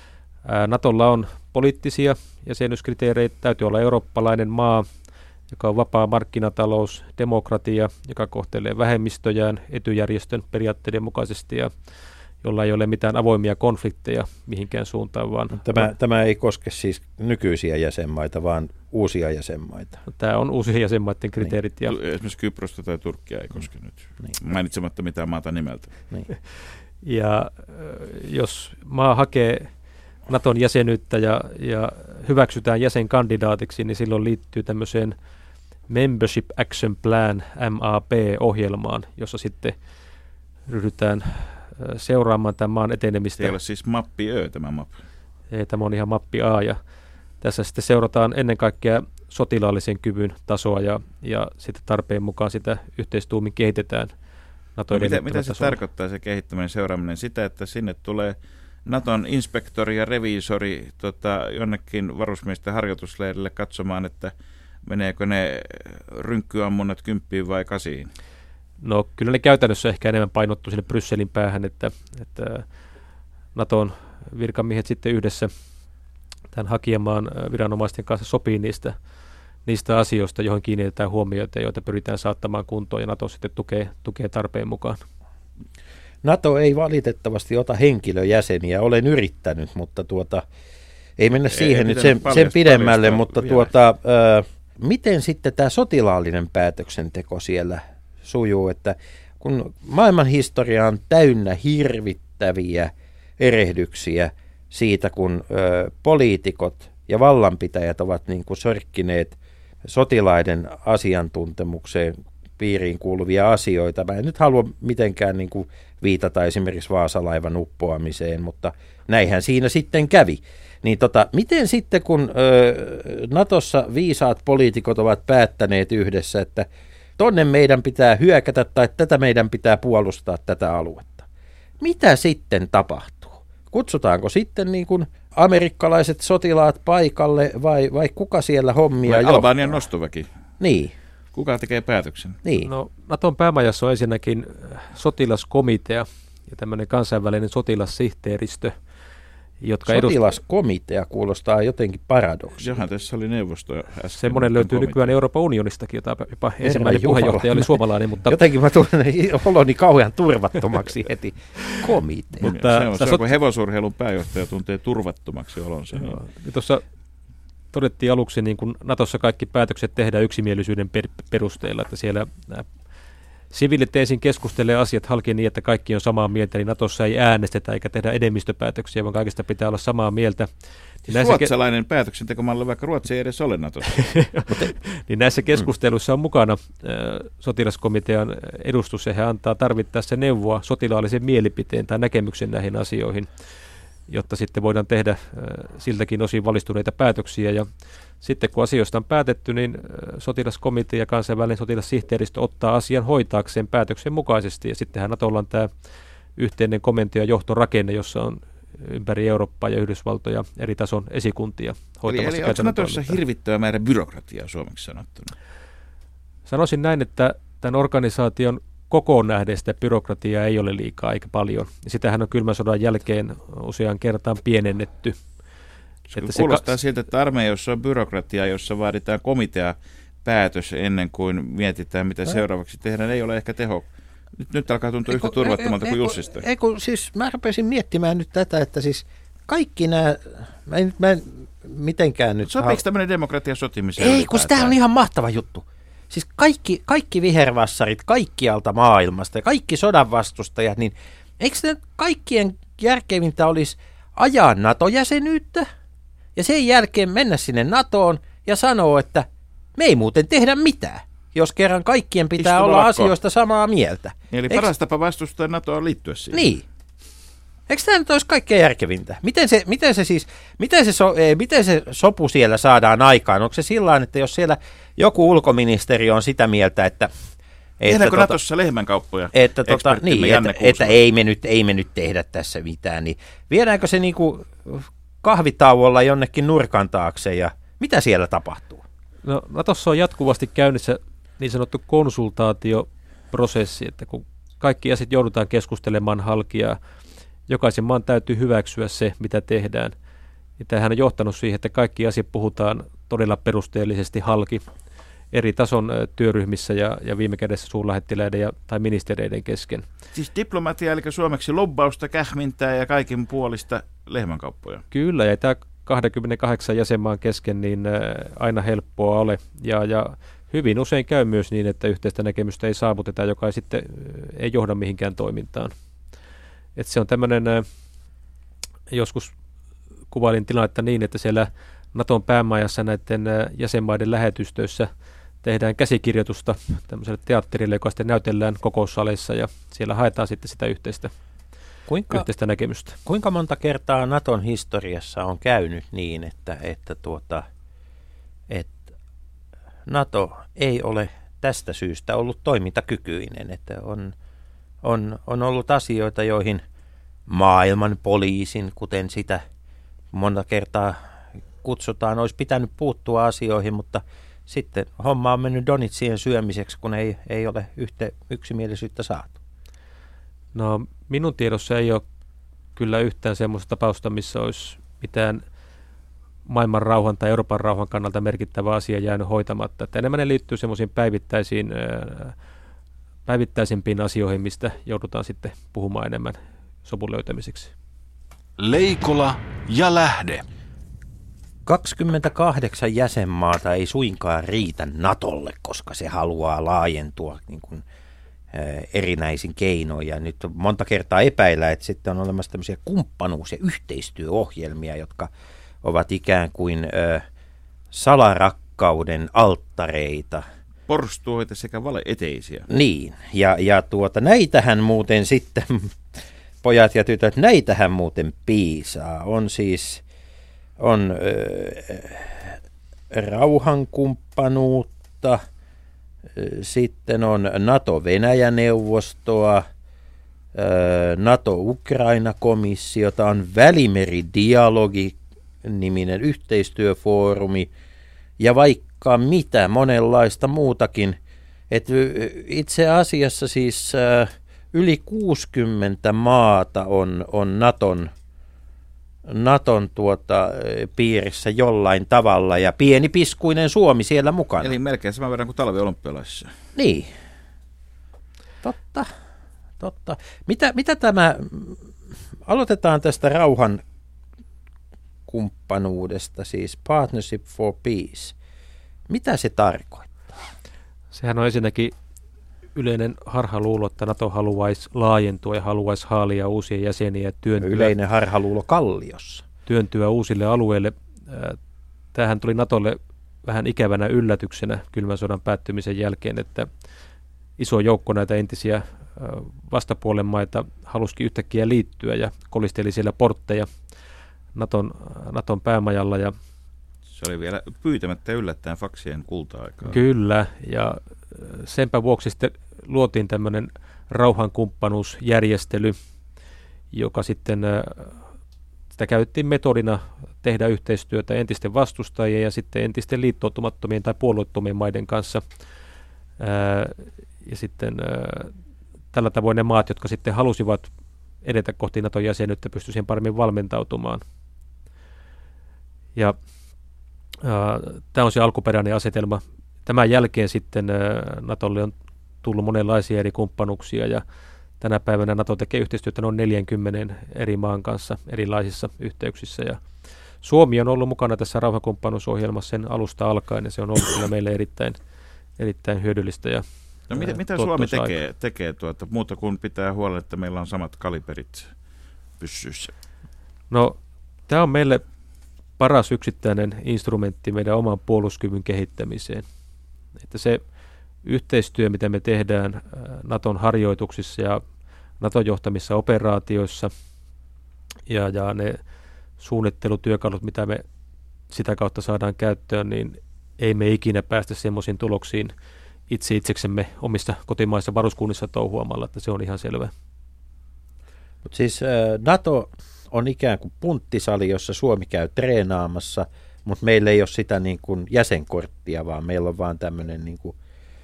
[SPEAKER 6] NATOlla on poliittisia jäsenyyskriteereitä, täytyy olla eurooppalainen maa, joka on vapaa markkinatalous, demokratia, joka kohtelee vähemmistöjään etujärjestön periaatteiden mukaisesti ja jolla ei ole mitään avoimia konflikteja mihinkään suuntaan. Vaan
[SPEAKER 1] Tämä ei koske siis nykyisiä jäsenmaita, vaan uusia jäsenmaita.
[SPEAKER 6] Tämä on uusien jäsenmaiden kriteerit.
[SPEAKER 5] Niin. Ja esimerkiksi Kyprosta tai Turkkia ei koske nyt, mainitsematta mitään maata nimeltä.
[SPEAKER 1] Niin.
[SPEAKER 6] Ja jos maa hakee NATOn jäsenyyttä ja hyväksytään jäsenkandidaatiksi, niin silloin liittyy tämmöiseen Membership Action Plan, MAP-ohjelmaan, jossa sitten ryhdytään seuraamaan tämän maan etenemistä.
[SPEAKER 5] Ei ole siis mappi Ö tämä map.
[SPEAKER 6] Ei, tämä on ihan mappi A, ja tässä sitten seurataan ennen kaikkea sotilaallisen kyvyn tasoa, ja sitten tarpeen mukaan sitä yhteistuumin kehitetään Naton
[SPEAKER 5] Mitä se tarkoittaa, se kehittäminen, seuraaminen? Sitä, että sinne tulee Naton inspektori ja reviisori jonnekin varusmiesten harjoitusleirille katsomaan, että meneekö ne rynkkyammunnat 10 vai 8?
[SPEAKER 6] No kyllä ne käytännössä ehkä enemmän painottuu sinne Brysselin päähän, että Naton virkamiehet sitten yhdessä tämän hakijamaan viranomaisten kanssa sopii niistä asioista, joihin kiinnitetään huomiota, joita pyritään saattamaan kuntoon, ja Nato sitten tukee tarpeen mukaan.
[SPEAKER 1] NATO ei valitettavasti ota henkilöjäseniä, olen yrittänyt, mutta ei mennä siihen nyt sen pidemmälle, mutta miten sitten tämä sotilaallinen päätöksenteko siellä sujuu, että kun maailman historia on täynnä hirvittäviä erehdyksiä siitä, kun poliitikot ja vallanpitäjät ovat niin kuin sorkkineet sotilaiden asiantuntemukseen piiriin kuuluvia asioita. Mä en nyt halua mitenkään niin kuin viitata esimerkiksi Vaasalaivan uppoamiseen, mutta näinhän siinä sitten kävi. Niin miten sitten, kun Natossa viisaat poliitikot ovat päättäneet yhdessä, että tonne meidän pitää hyökätä tai tätä meidän pitää puolustaa tätä aluetta. Mitä sitten tapahtuu? Kutsutaanko sitten niin kuin amerikkalaiset sotilaat paikalle vai kuka siellä hommia johtaa?
[SPEAKER 5] Albanian nostoväki.
[SPEAKER 1] Niin.
[SPEAKER 5] Kuka tekee päätöksen?
[SPEAKER 6] Niin. No, Naton päämajassa on ensinnäkin sotilaskomitea ja tämmöinen kansainvälinen sotilassihteeristö, jotka
[SPEAKER 1] sotilaskomitea kuulostaa jotenkin paradoksia.
[SPEAKER 5] Johan tässä oli neuvosto äsken.
[SPEAKER 6] Semmoinen löytyy nykyään Euroopan unionistakin, jota jopa ensimmäinen puheenjohtaja oli suomalainen. Mutta
[SPEAKER 1] jotenkin mä tunnen oloni kauhean turvattomaksi heti. Komitea.
[SPEAKER 5] Mutta se on kun hevosurheilun pääjohtaja tuntee turvattomaksi olonsa.
[SPEAKER 6] Niin. Tuossa todettiin aluksi, niin kun Natossa kaikki päätökset tehdään yksimielisyyden perusteella, että siellä siviilit ensin keskustelee asiat halki niin, että kaikki on samaa mieltä, niin Natossa ei äänestetä eikä tehdä enemmistöpäätöksiä, vaan kaikista pitää olla samaa mieltä.
[SPEAKER 5] Siis ruotsalainen päätöksentekomalli, vaikka Ruotsi ei edes ole Natossa.
[SPEAKER 6] Niin näissä keskusteluissa on mukana sotilaskomitean edustus, ja he antaa tarvittaessa neuvoa sotilaallisen mielipiteen tai näkemyksen näihin asioihin, jotta sitten voidaan tehdä siltäkin osin valistuneita päätöksiä. Ja sitten kun asioista on päätetty, niin sotilaskomitea ja kansainvälinen sotilassihteeristö ottaa asian hoitaakseen päätöksen mukaisesti. Ja sittenhän Natolla on tämä yhteinen komento- ja johtorakenne, jossa on ympäri Eurooppaa ja Yhdysvaltoja eri tason esikuntia hoitamassa.
[SPEAKER 5] Eli onko Natossa hirvittävä määrä byrokratiaa suomeksi sanottuna?
[SPEAKER 6] Sanoisin näin, että tämän organisaation kokoon nähden sitä byrokratiaa ei ole liikaa eikä paljon. Ja sitähän on kylmän sodan jälkeen useaan kertaan pienennetty.
[SPEAKER 5] Kuulostaa siltä, että armeijassa on byrokratiaa, jossa vaaditaan komitea päätös ennen kuin mietitään, mitä seuraavaksi tehdään. Ei ole ehkä teho. Nyt alkaa tuntua yhtä turvattomalta kuin Jussista.
[SPEAKER 1] Siis mä rupesin miettimään nyt tätä, että siis kaikki nämä, mä en mitenkään nyt...
[SPEAKER 5] Sopiiko tämmöinen demokratia sotimiseen?
[SPEAKER 1] Ei, kun tämä on ihan mahtava juttu. Siis kaikki vihervassarit kaikkialta maailmasta ja kaikki sodan vastustajat, niin eikö ne kaikkien järkevintä olisi ajaa NATO-jäsenyyttä ja sen jälkeen mennä sinne NATOon ja sanoa, että me ei muuten tehdä mitään, jos kerran kaikkien pitää olla asioista samaa mieltä.
[SPEAKER 5] Eli paras tapa vastustaa NATOa liittyä siihen.
[SPEAKER 1] Niin. Eikö tämä nyt olisi kaikkein järkevintä? Miten se sopu siellä saadaan aikaan? Onko se sillain, että jos siellä joku ulkoministeri on sitä mieltä, että
[SPEAKER 5] tehdäänkö Natossa lehmänkauppoja?
[SPEAKER 1] Että ei me nyt tehdä tässä mitään, niin viedäänkö se niinku kahvitauolla jonnekin nurkan taakse ja mitä siellä tapahtuu?
[SPEAKER 6] No, Natossa on jatkuvasti käynnissä niin sanottu konsultaatioprosessi, että kun kaikki asiat joudutaan keskustelemaan halki ja jokaisen maan täytyy hyväksyä se, mitä tehdään. Ja tämähän on johtanut siihen, että kaikki asiat puhutaan todella perusteellisesti halki eri tason työryhmissä ja viime kädessä suurlähettiläiden tai ministereiden kesken.
[SPEAKER 5] Siis diplomatia, eli suomeksi lobbausta, kähmintää ja kaikin puolista lehmänkauppoja.
[SPEAKER 6] Kyllä, ja tämä 28 jäsenmaan kesken niin aina helppoa ole. Ja hyvin usein käy myös niin, että yhteistä näkemystä ei saavuteta, joka sitten ei johda mihinkään toimintaan. Että se on tämmöinen, joskus kuvailin tilannetta niin, että siellä Naton päämajassa näiden jäsenmaiden lähetystöissä tehdään käsikirjoitusta tämmöiselle teatterille, joka sitten näytellään kokoussaleissa ja siellä haetaan sitten sitä yhteistä näkemystä.
[SPEAKER 1] Kuinka monta kertaa Naton historiassa on käynyt niin, että NATO ei ole tästä syystä ollut toimintakykyinen, että on ollut asioita, joihin maailman poliisin, kuten sitä monta kertaa kutsutaan, olisi pitänyt puuttua asioihin, mutta sitten homma on mennyt donitsien syömiseksi, kun ei ole yksimielisyyttä saatu.
[SPEAKER 6] No minun tiedossa ei ole kyllä yhtään semmoista tapausta, missä olisi mitään maailman rauhan tai Euroopan rauhan kannalta merkittävä asia jäänyt hoitamatta. Että enemmän ne liittyy semmoisiin päivittäisempiin asioihin, mistä joudutaan sitten puhumaan enemmän sovun löytämiseksi.
[SPEAKER 3] Leikola ja Lähde.
[SPEAKER 1] 28 jäsenmaata ei suinkaan riitä NATOlle, koska se haluaa laajentua niin kuin erinäisin keinoin. Ja nyt monta kertaa epäillä, että sitten on olemassa tämmöisiä kumppanuus- ja yhteistyöohjelmia, jotka ovat ikään kuin salarakkauden alttareita.
[SPEAKER 5] Porstuoita sekä valeeteisiä.
[SPEAKER 1] Niin, ja näitähän muuten sitten, pojat ja tytöt, näitähän muuten piisaa. On rauhankumppanuutta, sitten on NATO-Venäjä-neuvostoa, NATO-Ukraina-komissiota, on Välimeri-dialogi-niminen yhteistyöfoorumi ja vaikka mitä monenlaista muutakin. Et itse asiassa siis yli 60 maata on Naton piirissä jollain tavalla ja pieni piskuinen Suomi siellä mukana.
[SPEAKER 5] Eli melkein saman verran kuin talviolympialaisissa.
[SPEAKER 1] Niin. Totta. Mitä tämä, aloitetaan tästä rauhan kumppanuudesta, siis Partnership for Peace. Mitä se tarkoittaa?
[SPEAKER 6] Sehän on ensinnäkin yleinen harhaluulo, että NATO haluaisi laajentua ja haluaisi haalia uusia jäseniä ja työntyä.
[SPEAKER 1] Yleinen harhaluulo Kalliossa.
[SPEAKER 6] Työntyä uusille alueille. Tämähän tuli NATOlle vähän ikävänä yllätyksenä kylmän sodan päättymisen jälkeen, että iso joukko näitä entisiä vastapuolen maita halusikin yhtäkkiä liittyä ja kolisteli siellä portteja Naton päämajalla. Ja
[SPEAKER 5] se oli vielä pyytämättä yllättäen faksien kulta-aikaa.
[SPEAKER 6] Kyllä, ja senpä vuoksi sitten luotiin tämmöinen rauhankumppanuusjärjestely, joka sitten sitä käytettiin metodina tehdä yhteistyötä entisten vastustajien ja sitten entisten liittoutumattomien tai puolueettomien maiden kanssa. Ja sitten tällä tavoin ne maat, jotka sitten halusivat edetä kohti Naton jäsenyyttä, pystyivät siihen paremmin valmentautumaan. Ja tämä on se alkuperäinen asetelma. Tämän jälkeen sitten NATOlle on tullut monenlaisia eri kumppanuuksia ja tänä päivänä NATO tekee yhteistyötä noin 40 eri maan kanssa erilaisissa yhteyksissä. Ja Suomi on ollut mukana tässä rauhankumppanuusohjelmassa sen alusta alkaen ja se on ollut kyllä meille erittäin hyödyllistä. Ja
[SPEAKER 5] no mitä Suomi tekee muuta kuin pitää huolen, että meillä on samat kaliberit pyssyissä?
[SPEAKER 6] No tämä on meille paras yksittäinen instrumentti meidän oman puolustuskyvyn kehittämiseen. Että se yhteistyö, mitä me tehdään Naton harjoituksissa ja Naton johtamissa operaatioissa ja ne suunnittelutyökalut, mitä me sitä kautta saadaan käyttöön, niin ei me ikinä päästä semmoisiin tuloksiin itseksemme omissa kotimaissa varuskunnissa touhuamalla, että se on ihan selvä.
[SPEAKER 1] Mut siis NATO on ikään kuin punttisali, jossa Suomi käy treenaamassa, mutta meillä ei ole sitä niin kuin jäsenkorttia, vaan meillä on vaan tämmöinen niin kuin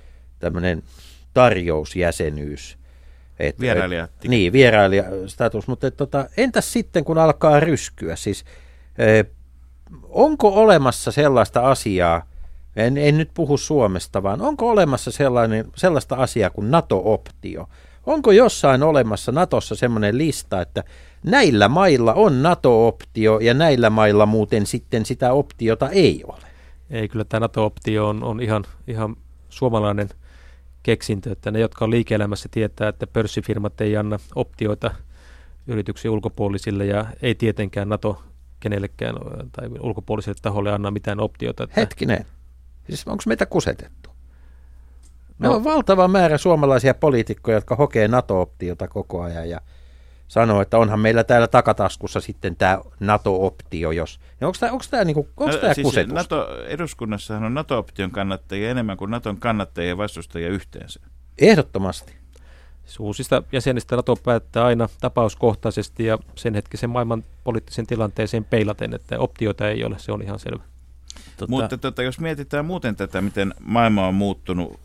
[SPEAKER 1] tarjousjäsenyys. Vierailijastatus, mutta entäs sitten kun alkaa ryskyä, siis onko olemassa sellaista asiaa, en nyt puhu Suomesta, vaan onko olemassa sellaista asiaa kuin NATO-optio? Onko jossain olemassa NATOssa semmoinen lista, että näillä mailla on NATO-optio ja näillä mailla muuten sitten sitä optiota ei ole?
[SPEAKER 6] Ei, kyllä tämä NATO-optio on ihan suomalainen keksintö, että ne, jotka on liike-elämässä, tietää, että pörssifirmat ei anna optioita yrityksiä ulkopuolisille ja ei tietenkään NATO kenellekään tai ulkopuoliselle taholle anna mitään optiota.
[SPEAKER 1] Hetkinen, siis onko meitä kusetettu? No on valtava määrä suomalaisia poliitikkoja, jotka hokee NATO-optiota koko ajan ja sanoo, että onhan meillä täällä takataskussa sitten tämä NATO-optio, jos... Onko tämä kusetusta?
[SPEAKER 5] Eduskunnassahan on NATO-option kannattajia enemmän kuin Naton kannattajia ja vastustajia yhteensä.
[SPEAKER 1] Ehdottomasti.
[SPEAKER 6] Uusista jäsenistä NATO päättää aina tapauskohtaisesti ja sen hetkisen maailman poliittisen tilanteeseen peilaten, että optioita ei ole, se on ihan selvä.
[SPEAKER 5] Mutta jos mietitään muuten tätä, miten maailma on muuttunut,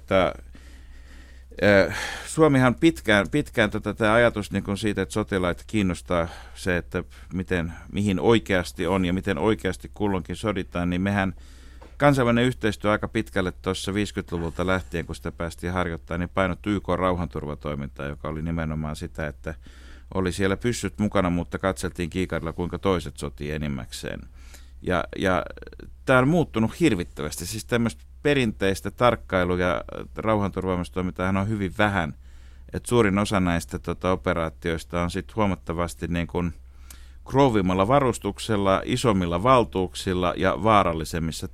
[SPEAKER 5] Suomihan pitkään tämä ajatus niin kuin siitä, että sotilaita kiinnostaa se, että mihin oikeasti on ja miten oikeasti kulloinkin soditaan, niin mehän kansainvälinen yhteistyö aika pitkälle tuossa 50-luvulta lähtien, kun sitä päästiin harjoittamaan, niin painottui YK-rauhanturvatoimintaa, joka oli nimenomaan sitä, että oli siellä pyssyt mukana, mutta katseltiin kiikarilla, kuinka toiset sotii enimmäkseen. Ja tämä on muuttunut hirvittävästi, siis tämmöistä perinteistä tarkkailu- ja rauhanturvaamistoimintaa on hyvin vähän, että suurin osa näistä operaatioista on sitten huomattavasti niin kuin krovimmalla varustuksella, isommilla valtuuksilla ja vaarallisemmissa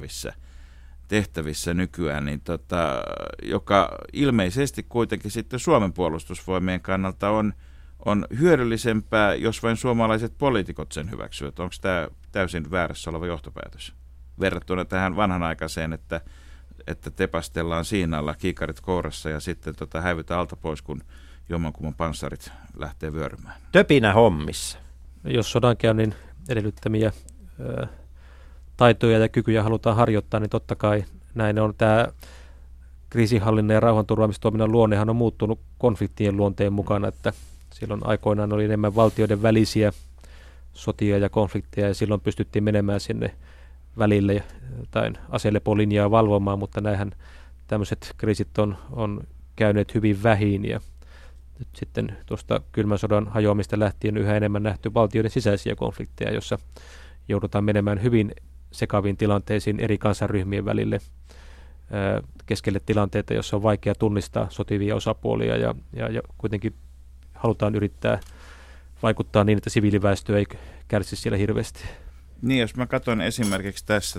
[SPEAKER 5] tehtävissä nykyään, niin joka ilmeisesti kuitenkin sitten Suomen puolustusvoimien kannalta on hyödyllisempää, jos vain suomalaiset poliitikot sen hyväksyvät. Onko tämä täysin väärässä oleva johtopäätös verrattuna tähän vanhanaikaiseen, että tepastellaan Siinalla kiikarit kourassa ja sitten häivytään alta pois, kun jommankumman panssarit lähtee vyörymään?
[SPEAKER 1] Töpinä hommissa.
[SPEAKER 6] Jos sodankäynnin edellyttämiä taitoja ja kykyjä halutaan harjoittaa, niin totta kai näin on. Tämä kriisinhallinnan ja rauhanturvaamistoiminnan luonnehan on muuttunut konfliktien luonteen mukana, että silloin aikoinaan oli enemmän valtioiden välisiä sotia ja konflikteja ja silloin pystyttiin menemään sinne välille tai aselepolinjaa valvomaan, mutta näinhän tämmöiset kriisit on käyneet hyvin vähin ja nyt sitten tuosta kylmän sodan hajoamista lähtien yhä enemmän nähty valtioiden sisäisiä konflikteja, jossa joudutaan menemään hyvin sekaviin tilanteisiin eri kansanryhmien välille keskelle tilanteita, jossa on vaikea tunnistaa sotivia osapuolia ja kuitenkin halutaan yrittää vaikuttaa niin, että siviiliväestö ei kärsi siellä hirveästi.
[SPEAKER 5] Niin, jos mä katson esimerkiksi tässä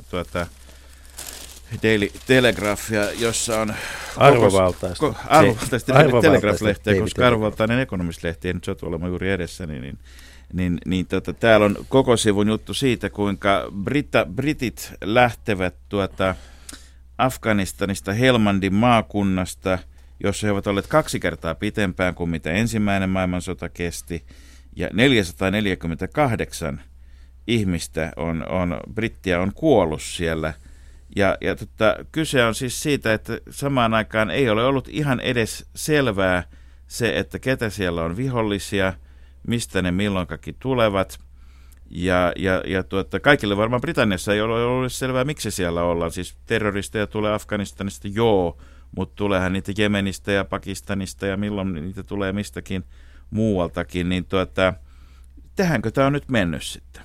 [SPEAKER 5] Daily Telegraphia, jossa on arvovaltaista Telegraph-lehteä, koska arvovaltainen Economist-lehti ei nyt satu olemaan juuri edessä, täällä on koko sivun juttu siitä, kuinka britit lähtevät Afganistanista Helmandin maakunnasta, jossa he ovat olleet 2 kertaa pitempään kuin mitä ensimmäinen maailmansota kesti, ja 448 ihmistä brittiä on kuollut siellä. Ja kyse on siis siitä, että samaan aikaan ei ole ollut ihan edes selvää se, että ketä siellä on vihollisia, mistä ne milloinkakin tulevat. Ja kaikille varmaan Britanniassa ei ole ollut selvää, miksi siellä ollaan. Siis terroristeja tulee Afganistanista, joo, mutta tuleehan niitä Jemenistä ja Pakistanista ja milloin niitä tulee mistäkin muualtakin. Niin tähänkö tämä on nyt mennyt sitten?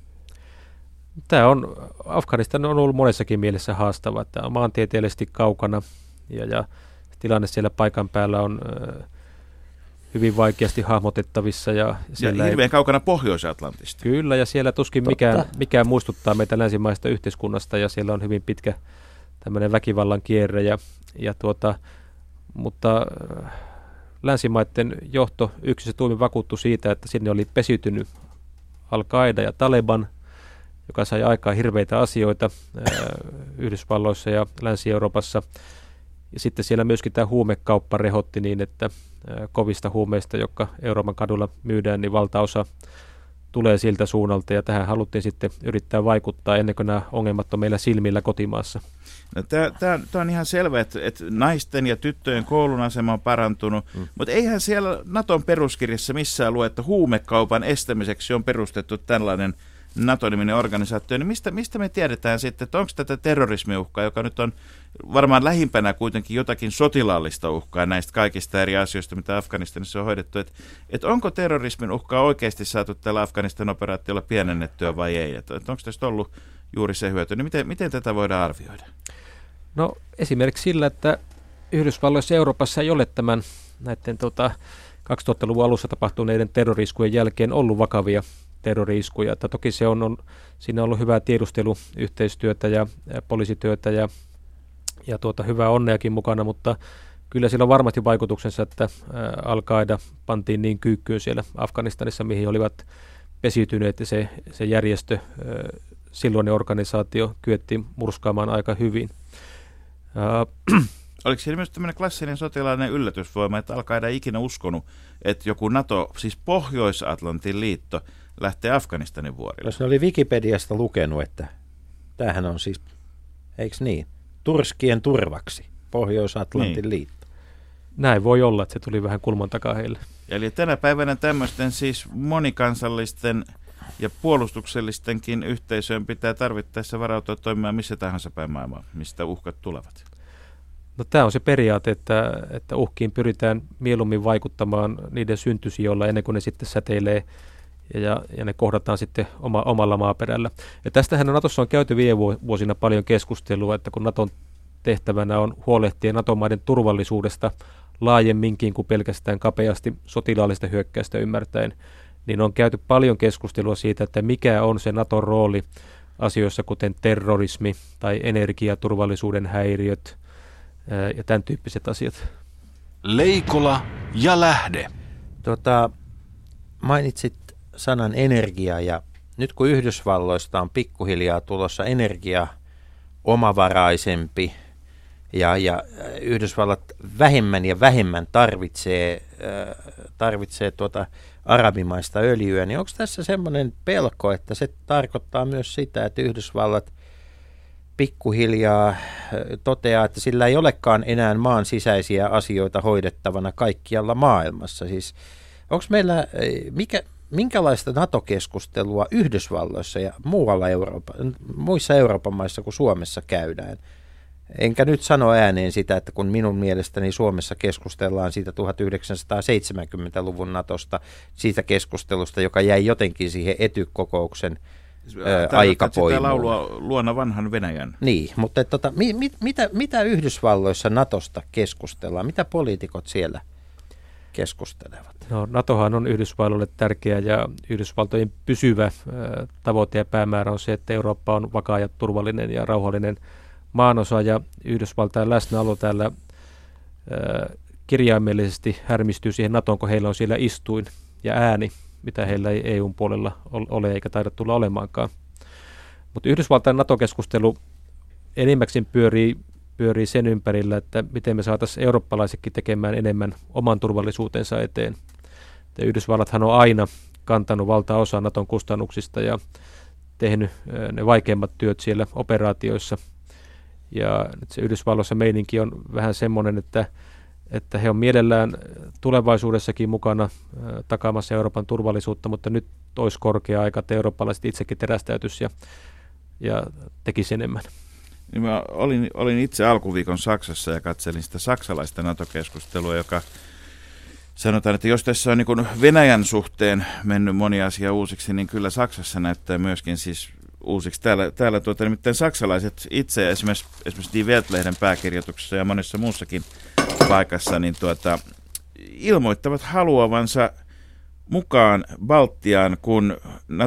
[SPEAKER 6] Afganistan on ollut monessakin mielessä haastava, että on maantieteellisesti kaukana ja tilanne siellä paikan päällä on hyvin vaikeasti hahmotettavissa. Ja
[SPEAKER 5] hirveän kaukana Pohjois-Atlantista.
[SPEAKER 6] Kyllä, ja siellä tuskin mikään muistuttaa meitä länsimaista yhteiskunnasta, ja siellä on hyvin pitkä tämmöinen väkivallan kierre, mutta länsimaiden johto yksissä tuumin vakuuttui siitä, että sinne oli pesiytynyt Al-Qaida ja Taliban, joka sai aikaan hirveitä asioita Yhdysvalloissa ja Länsi-Euroopassa. Ja sitten siellä myöskin tämä huumekauppa rehotti niin, että kovista huumeista, jotka Euroopan kadulla myydään, niin valtaosa tulee siltä suunnalta. Ja tähän haluttiin sitten yrittää vaikuttaa ennen kuin nämä ongelmat on meillä silmillä kotimaassa.
[SPEAKER 5] No, tämä on ihan selvä, että naisten ja tyttöjen koulun asema on parantunut, mutta eihän siellä Naton peruskirjassa missään lue, että huumekaupan estämiseksi on perustettu tällainen NATO-niminen organisaatio, niin mistä me tiedetään sitten, että onko tätä terrorismiuhkaa, joka nyt on varmaan lähimpänä kuitenkin jotakin sotilaallista uhkaa näistä kaikista eri asioista, mitä Afganistanissa on hoidettu, että onko terrorismin uhkaa oikeasti saatu tällä Afganistan-operaatiolla pienennettyä vai ei, että onko tästä ollut juuri se hyöty, niin miten tätä voidaan arvioida?
[SPEAKER 6] No esimerkiksi sillä, että Yhdysvalloissa ja Euroopassa ei ole näiden 2000-luvun alussa tapahtuneiden terroriskujen jälkeen ollut vakavia terrori-iskuja. Että toki siinä on ollut hyvää tiedusteluyhteistyötä ja poliisityötä ja ja hyvää onneakin mukana, mutta kyllä sillä on varmasti vaikutuksensa, että Al-Qaida pantiin niin kyykkyyn siellä Afganistanissa, mihin olivat pesiytyneet, ja se järjestö, silloinen organisaatio, kyettiin murskaamaan aika hyvin.
[SPEAKER 5] Oliko siellä myös tämmöinen klassinen sotilainen yllätysvoima, että Al-Qaida ei ikinä uskonut, että joku NATO, siis Pohjois-Atlantin liitto, lähtee Afganistanin vuorille?
[SPEAKER 1] Jos ne oli Wikipediasta lukenut, että tämähän on siis, eikö niin, turskien turvaksi, Pohjois-Atlantin liitto.
[SPEAKER 6] Näin voi olla, että se tuli vähän kulman takaa heille.
[SPEAKER 5] Eli tänä päivänä tämmöisten siis monikansallisten ja puolustuksellistenkin yhteisöön pitää tarvittaessa varautua toimimaan missä tahansa päin maailmaa, mistä uhkat tulevat.
[SPEAKER 6] No, tämä on se periaate, että uhkiin pyritään mieluummin vaikuttamaan niiden syntysijoilla ennen kuin ne sitten säteilee ja ne kohdataan sitten omalla maaperällä. Ja tästähän Natossa on käyty viime vuosina paljon keskustelua, että kun Naton tehtävänä on huolehtia NATO-maiden turvallisuudesta laajemminkin kuin pelkästään kapeasti sotilaallista hyökkäystä ymmärtäen, niin on käyty paljon keskustelua siitä, että mikä on se Naton rooli asioissa kuten terrorismi tai energiaturvallisuuden häiriöt ja tämän tyyppiset asiat.
[SPEAKER 3] Leikola ja Lähde.
[SPEAKER 1] Mainitsit sanan energia, ja nyt kun Yhdysvalloista on pikkuhiljaa tulossa energia omavaraisempi ja Yhdysvallat vähemmän ja vähemmän tarvitsee arabimaista öljyä, niin onko tässä semmoinen pelko, että se tarkoittaa myös sitä, että Yhdysvallat pikkuhiljaa toteaa, että sillä ei olekaan enää maan sisäisiä asioita hoidettavana kaikkialla maailmassa? Siis onko meillä, minkälaista NATO-keskustelua Yhdysvalloissa ja muissa Euroopan maissa kuin Suomessa käydään? Enkä nyt sano ääneen sitä, että kun minun mielestäni Suomessa keskustellaan siitä 1970-luvun Natosta, siitä keskustelusta, joka jäi jotenkin siihen Ety-kokouksen aikapoimuun.
[SPEAKER 5] Sitä laulua luona vanhan Venäjän.
[SPEAKER 1] Niin, mutta mitä Yhdysvalloissa Natosta keskustellaan? Mitä poliitikot siellä keskustelevat?
[SPEAKER 6] No, NATOhan on Yhdysvalloille tärkeä, ja Yhdysvaltojen pysyvä tavoite ja päämäärä on se, että Eurooppa on vakaa ja turvallinen ja rauhallinen maanosa, ja Yhdysvaltain läsnäolo täällä kirjaimellisesti härmistyy siihen NATOon, kun heillä on siellä istuin ja ääni, mitä heillä ei EUn puolella ole eikä taida tulla olemaankaan. Mutta Yhdysvaltain NATO-keskustelu enimmäkseen pyörii sen ympärillä, että miten me saataisiin eurooppalaisetkin tekemään enemmän oman turvallisuutensa eteen. Ja Yhdysvallathan on aina kantanut valtaosa NATOn kustannuksista ja tehnyt ne vaikeimmat työt siellä operaatioissa. Ja nyt se Yhdysvalloissa meininki on vähän semmoinen, että he on mielellään tulevaisuudessakin mukana takaamassa Euroopan turvallisuutta, mutta nyt olisi korkea aika, että eurooppalaiset itsekin terästäytyisi ja tekisi enemmän.
[SPEAKER 5] Niin mä olin itse alkuviikon Saksassa ja katselin sitä saksalaista NATO-keskustelua, joka sanotaan, että jos tässä on niin kuin Venäjän suhteen mennyt moni asia uusiksi, niin kyllä Saksassa näyttää myöskin siis uusiksi. Täällä nimittäin saksalaiset itse, esimerkiksi Die Welt-lehden pääkirjoituksessa ja monessa muussakin paikassa, niin ilmoittavat haluavansa mukaan Baltiaan, kun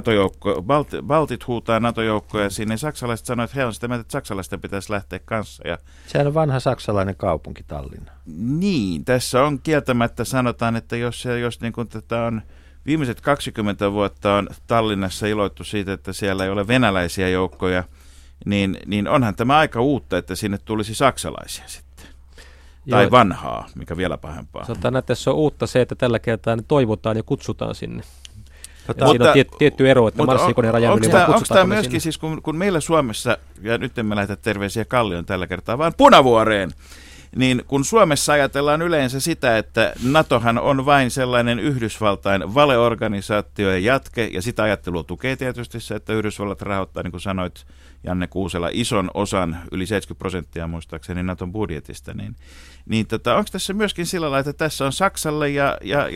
[SPEAKER 5] Baltit huutaa NATO-joukkoja sinne. Saksalaiset sanoivat, että he on sitä mieltä, että saksalaisten pitäisi lähteä kanssa. Ja
[SPEAKER 1] sehän on vanha saksalainen kaupunki Tallinna.
[SPEAKER 5] Niin, tässä on kieltämättä sanotaan, että jos niin kuin tätä on viimeiset 20 vuotta on Tallinnassa iloittu siitä, että siellä ei ole venäläisiä joukkoja, niin onhan tämä aika uutta, että sinne tulisi saksalaisia sitten. Tai vanhaa, mikä vielä pahempaa.
[SPEAKER 6] Sanotaan, että tässä on uutta se, että tällä kertaa ne toivotaan ja kutsutaan sinne. Siinä on tietty ero, että marssikonen rajan yli vaan
[SPEAKER 5] kutsutaan. Onko tämä myöskin siis, kun meillä Suomessa, ja nyt emme lähetä terveisiä Kallion tällä kertaa, vaan Punavuoreen, niin kun Suomessa ajatellaan yleensä sitä, että NATOhan on vain sellainen Yhdysvaltain valeorganisaatio ja jatke, ja sitä ajattelua tukee tietysti se, että Yhdysvallat rahoittaa, niin kuin sanoit Janne Kuusela, ison osan, yli 70% muistaakseni NATOn budjetista, niin onko tässä myöskin sillä lailla, että tässä on Saksalle ja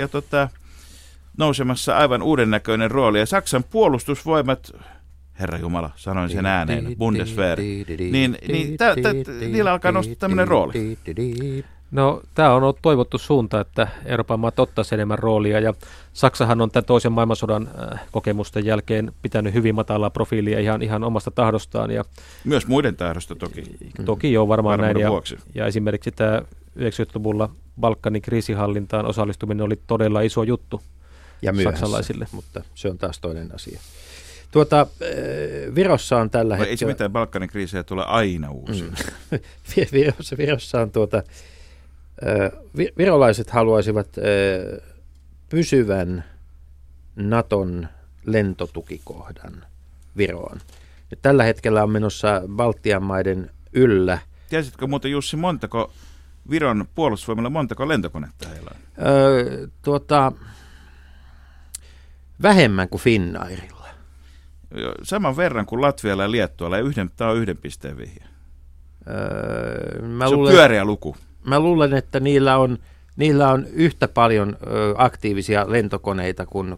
[SPEAKER 5] nousemassa aivan uuden näköinen rooli, ja Saksan puolustusvoimat, Herra Jumala, sanoin sen ääneen, Bundeswehr, niin niillä alkaa nostaa tämmöinen rooli.
[SPEAKER 6] No, tämä on ollut toivottu suunta, että Euroopan maat ottaisi enemmän roolia, ja Saksahan on tämän toisen maailmansodan kokemusten jälkeen pitänyt hyvin matalaa profiilia ihan omasta tahdostaan. Ja
[SPEAKER 5] myös muiden tahdosta toki.
[SPEAKER 6] Toki on varmaan näin,
[SPEAKER 5] ja
[SPEAKER 6] esimerkiksi tämä 90-luvulla Balkanin kriisihallintaan osallistuminen oli todella iso juttu
[SPEAKER 1] ja myöhässä,
[SPEAKER 6] saksalaisille.
[SPEAKER 1] Mutta se on taas toinen asia. Virossa on tällä hetkellä...
[SPEAKER 5] Ei se mitään, Balkanin kriisejä tulee aina uusia.
[SPEAKER 1] Virossa on virolaiset haluaisivat pysyvän Naton lentotukikohdan Viroon. Ja tällä hetkellä on menossa Baltian maiden yllä.
[SPEAKER 5] Tiesitkö muuten, Jussi, montako Viron puolustusvoimilla montako lentokonetta heillä on?
[SPEAKER 1] Vähemmän kuin Finnairilla.
[SPEAKER 5] Saman verran kuin Latvialla ja Liettualla, ja tämä on 1 pisteen vihje. Se on pyöreä luku.
[SPEAKER 1] Mä luulen, että niillä on yhtä paljon aktiivisia lentokoneita kuin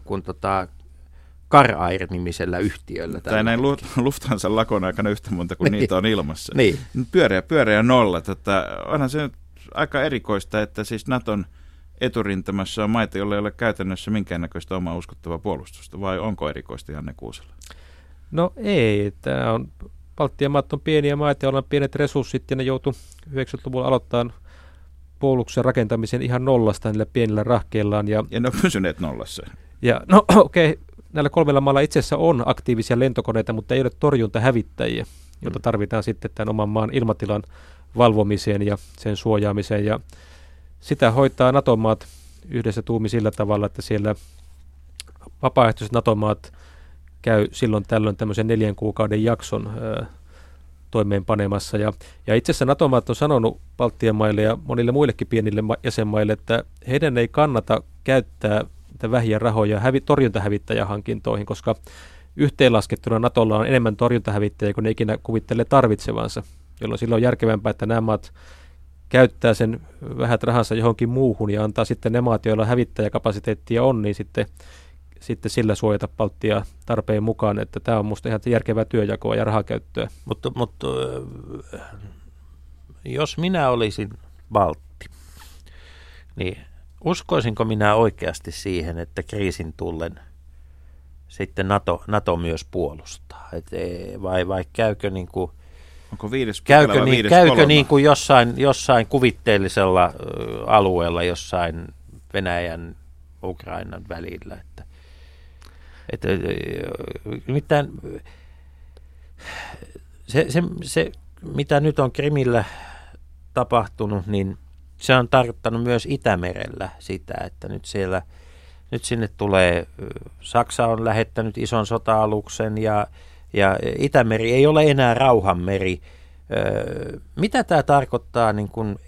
[SPEAKER 1] Car Air-nimisellä yhtiöllä.
[SPEAKER 5] Tai näin Lufthansa lakon aikana yhtä monta kuin niitä on ilmassa.
[SPEAKER 1] Niin.
[SPEAKER 5] Pyöreä nolla. Onhan se nyt aika erikoista, että siis Naton eturintamassa on maita, joilla ei ole käytännössä minkäännäköistä omaa uskottavaa puolustusta, vai onko erikoista Janne Kuusela?
[SPEAKER 6] No ei, tämä on, Baltian maat on pieniä maita, joilla on pienet resurssit, ja ne joutu 90-luvulla aloittamaan puolustuksen rakentamisen ihan nollasta niillä pienillä rahkeillaan. Ja
[SPEAKER 5] ne on pysyneet nollassa.
[SPEAKER 6] Ja no okei, näillä 3 maalla itse asiassa on aktiivisia lentokoneita, mutta ei ole torjuntahävittäjiä, joita tarvitaan sitten tämän oman maan ilmatilan valvomiseen ja sen suojaamiseen. Ja sitä hoitaa NATO-maat yhdessä tuumi sillä tavalla, että siellä vapaaehtoiset NATO-maat käy silloin tällöin tämmöisen 4 kuukauden jakson toimeenpanemassa. Ja itse asiassa NATO-maat on sanonut Baltian maille ja monille muillekin pienille jäsenmaille, että heidän ei kannata käyttää vähiä rahoja torjuntahävittäjähankintoihin, koska yhteenlaskettuna NATOlla on enemmän torjuntahävittäjiä kuin ne ikinä kuvittelee tarvitsevansa, jolloin silloin on järkevämpää, että nämä maat käyttää sen vähät rahansa johonkin muuhun ja antaa sitten ne maat, joilla hävittäjäkapasiteettia on, niin sitten sillä suojata Baltiaa tarpeen mukaan, että tämä on minusta ihan järkevää työjakoa ja rahakäyttöä.
[SPEAKER 1] Mutta jos minä olisin baltti, niin uskoisinko minä oikeasti siihen, että kriisin tullen sitten NATO myös puolustaa? Vai käykö niin kuin...
[SPEAKER 5] Onko 5.
[SPEAKER 1] käykö niin kuin jossain kuvitteellisella alueella, jossain Venäjän, Ukrainan välillä? Mitään, se, mitä nyt on Krimillä tapahtunut, niin se on tarkoittanut myös Itämerellä sitä, että nyt sinne tulee, Saksa on lähettänyt ison sota-aluksen ja Itämeri ei ole enää rauhanmeri. Mitä tämä tarkoittaa, niin kun,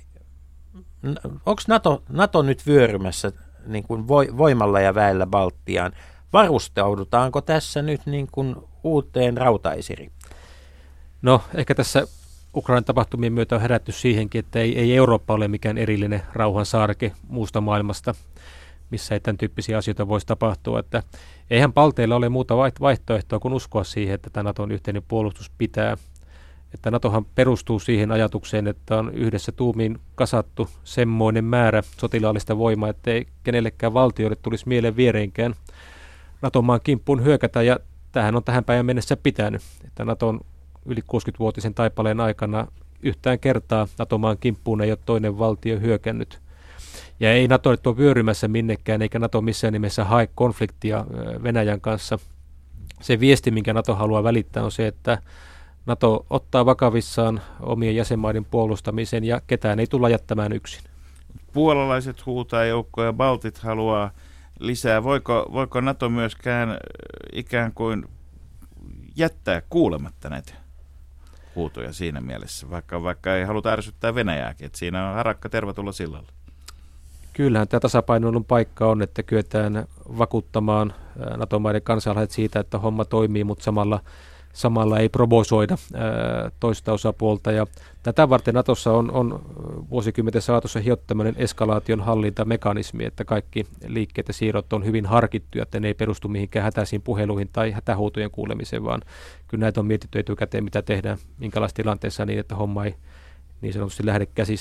[SPEAKER 1] onko NATO nyt vyörymässä niin kun voimalla ja väellä Baltiaan? Varustaudutaanko tässä nyt niin kuin uuteen rautaisiriin?
[SPEAKER 6] No, ehkä tässä Ukrainan tapahtumien myötä on herätty siihenkin, että ei Eurooppa ole mikään erillinen rauhansaareke muusta maailmasta, missä ei tämän tyyppisiä asioita voisi tapahtua. Että eihän Balteilla ole muuta vaihtoehtoa kuin uskoa siihen, että tämä NATOn yhteinen puolustus pitää. Että NATOhan perustuu siihen ajatukseen, että on yhdessä tuumiin kasattu semmoinen määrä sotilaallista voimaa, ettei kenellekään valtioille tulisi mieleen viereinkään NATO-maan kimppuun hyökätä, ja tämähän on tähän päivän mennessä pitänyt. Että NATOn yli 60-vuotisen taipaleen aikana yhtään kertaa NATO-maan kimppuun ei ole toinen valtio hyökännyt. Ja ei NATO ole vyörymässä minnekään, eikä NATO missään nimessä hae konfliktia Venäjän kanssa. Se viesti, minkä NATO haluaa välittää, on se, että NATO ottaa vakavissaan omien jäsenmaiden puolustamisen ja ketään ei tulla jättämään yksin.
[SPEAKER 5] Puolalaiset huutaa joukkoja, baltit haluaa lisää. Voiko NATO myöskään ikään kuin jättää kuulematta näitä huutoja siinä mielessä, vaikka ei haluta ärsyttää Venäjääkin, että siinä on harakka tervetuloa sillalla?
[SPEAKER 6] Kyllähän tämä tasapainoilun paikka on, että kyetään vakuuttamaan NATO-maiden kansalaiset siitä, että homma toimii, mutta samalla ei provosoida toista osapuolta. Ja tätä varten Natossa on vuosikymmenten saatossa hiottu tämmöinen eskalaation hallintamekanismi, että kaikki liikkeet ja siirrot on hyvin harkittuja, että ne ei perustu mihinkään hätäisiin puheluihin tai hätähuutojen kuulemiseen, vaan kyllä näitä on mietitty etukäteen, mitä tehdään, minkälaisessa tilanteessa niin, että homma ei niin sanotusti lähde käsistä.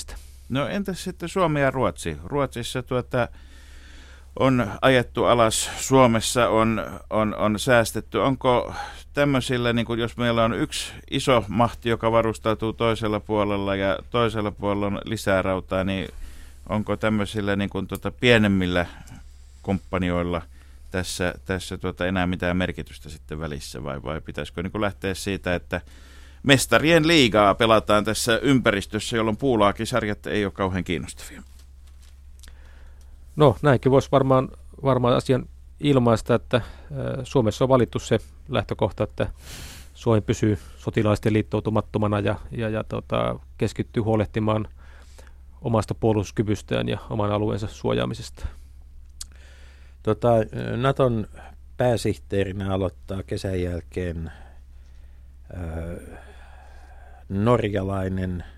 [SPEAKER 5] No entäs sitten Suomi ja Ruotsi? Ruotsissa on ajettu alas, Suomessa on säästetty. Onko tämmöisillä, niin kuin jos meillä on yksi iso mahti, joka varustautuu toisella puolella ja toisella puolella on lisää rautaa, niin onko tämmöisillä niin kuin pienemmillä komppanioilla tässä enää mitään merkitystä sitten välissä vai pitäisikö niin kuin lähteä siitä, että mestarien liigaa pelataan tässä ympäristössä, jolloin puulaakisarjat ei ole kauhean kiinnostavia?
[SPEAKER 6] No näinkin voisi varmaan asian ilmaista, että Suomessa on valittu se lähtökohta, että Suomi pysyy sotilaallisesti liittoutumattomana ja keskittyy huolehtimaan omasta puolustuskyvystään ja oman alueensa suojaamisesta.
[SPEAKER 1] Naton pääsihteerinä aloittaa kesän jälkeen norjalainen.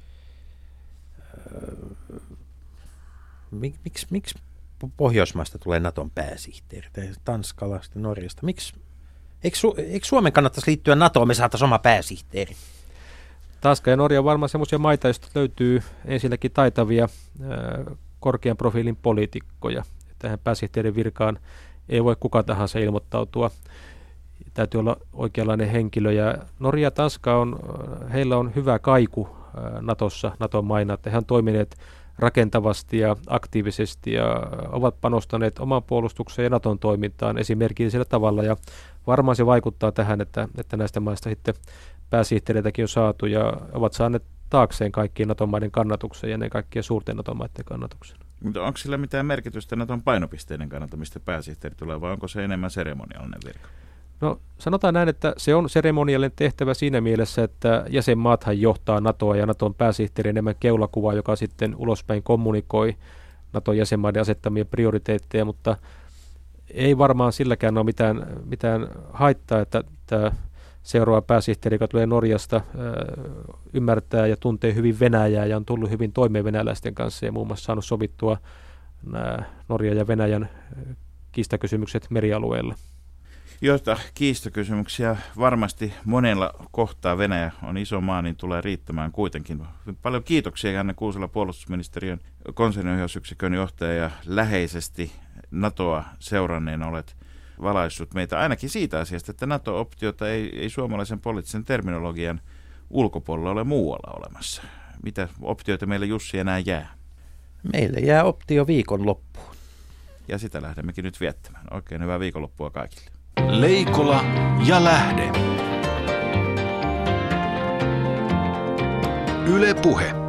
[SPEAKER 1] Miksi Pohjoismaista tulee Naton pääsihteeri? Tanskalaista, Norjasta. Eikö Suomen kannattaisi liittyä NATOon, me saataisiin oma pääsihteeri?
[SPEAKER 6] Tanska ja Norja on varmaan semmoisia maita, joista löytyy ensinnäkin taitavia korkean profiilin poliitikkoja. Tähän pääsihteerin virkaan ei voi kuka tahansa ilmoittautua. Täytyy olla oikeanlainen henkilö. Ja Norja ja Tanska heillä on hyvä kaiku Natossa, Naton maina, että he on toimineet rakentavasti ja aktiivisesti ja ovat panostaneet omaan puolustukseen ja Naton toimintaan esimerkillisellä tavalla. Ja varmaan se vaikuttaa tähän, että näistä maista sitten pääsihteereitäkin on saatu ja ovat saaneet taakseen kaikkien Naton maiden kannatuksen ja ennen kaikkea suurten Naton maiden kannatuksen.
[SPEAKER 5] Mutta onko sillä mitään merkitystä Naton painopisteiden kannalta, mistä pääsihteeri tulee, vai onko se enemmän seremoniallinen virka?
[SPEAKER 6] No sanotaan näin, että se on seremoniallinen tehtävä siinä mielessä, että jäsenmaathan johtaa NATOa ja Naton pääsihteeri enemmän keulakuvaa, joka sitten ulospäin kommunikoi Naton jäsenmaiden asettamia prioriteetteja, mutta ei varmaan silläkään ole mitään haittaa, että tämä seuraava pääsihteeri, joka tulee Norjasta, ymmärtää ja tuntee hyvin Venäjää ja on tullut hyvin toimeen venäläisten kanssa ja muun muassa saanut sovittua Norjan ja Venäjän kiistakysymykset merialueella.
[SPEAKER 5] Joita kiistakysymyksiä varmasti monella kohtaa, Venäjä on iso maa, niin tulee riittämään kuitenkin. Paljon kiitoksia Janne Kuusela, puolustusministeriön konserniohjausyksikön johtaja, ja läheisesti NATOa seuranneen olet valaissut meitä ainakin siitä asiasta, että NATO-optiota ei suomalaisen poliittisen terminologian ulkopuolella ole muualla olemassa. Mitä optioita meille, Jussi, enää jää?
[SPEAKER 1] Meille jää optio viikonloppuun.
[SPEAKER 5] Ja sitä lähdemmekin nyt viettämään. Oikein hyvää viikonloppua kaikille.
[SPEAKER 3] Leikola ja Lähde. Yle Puhe.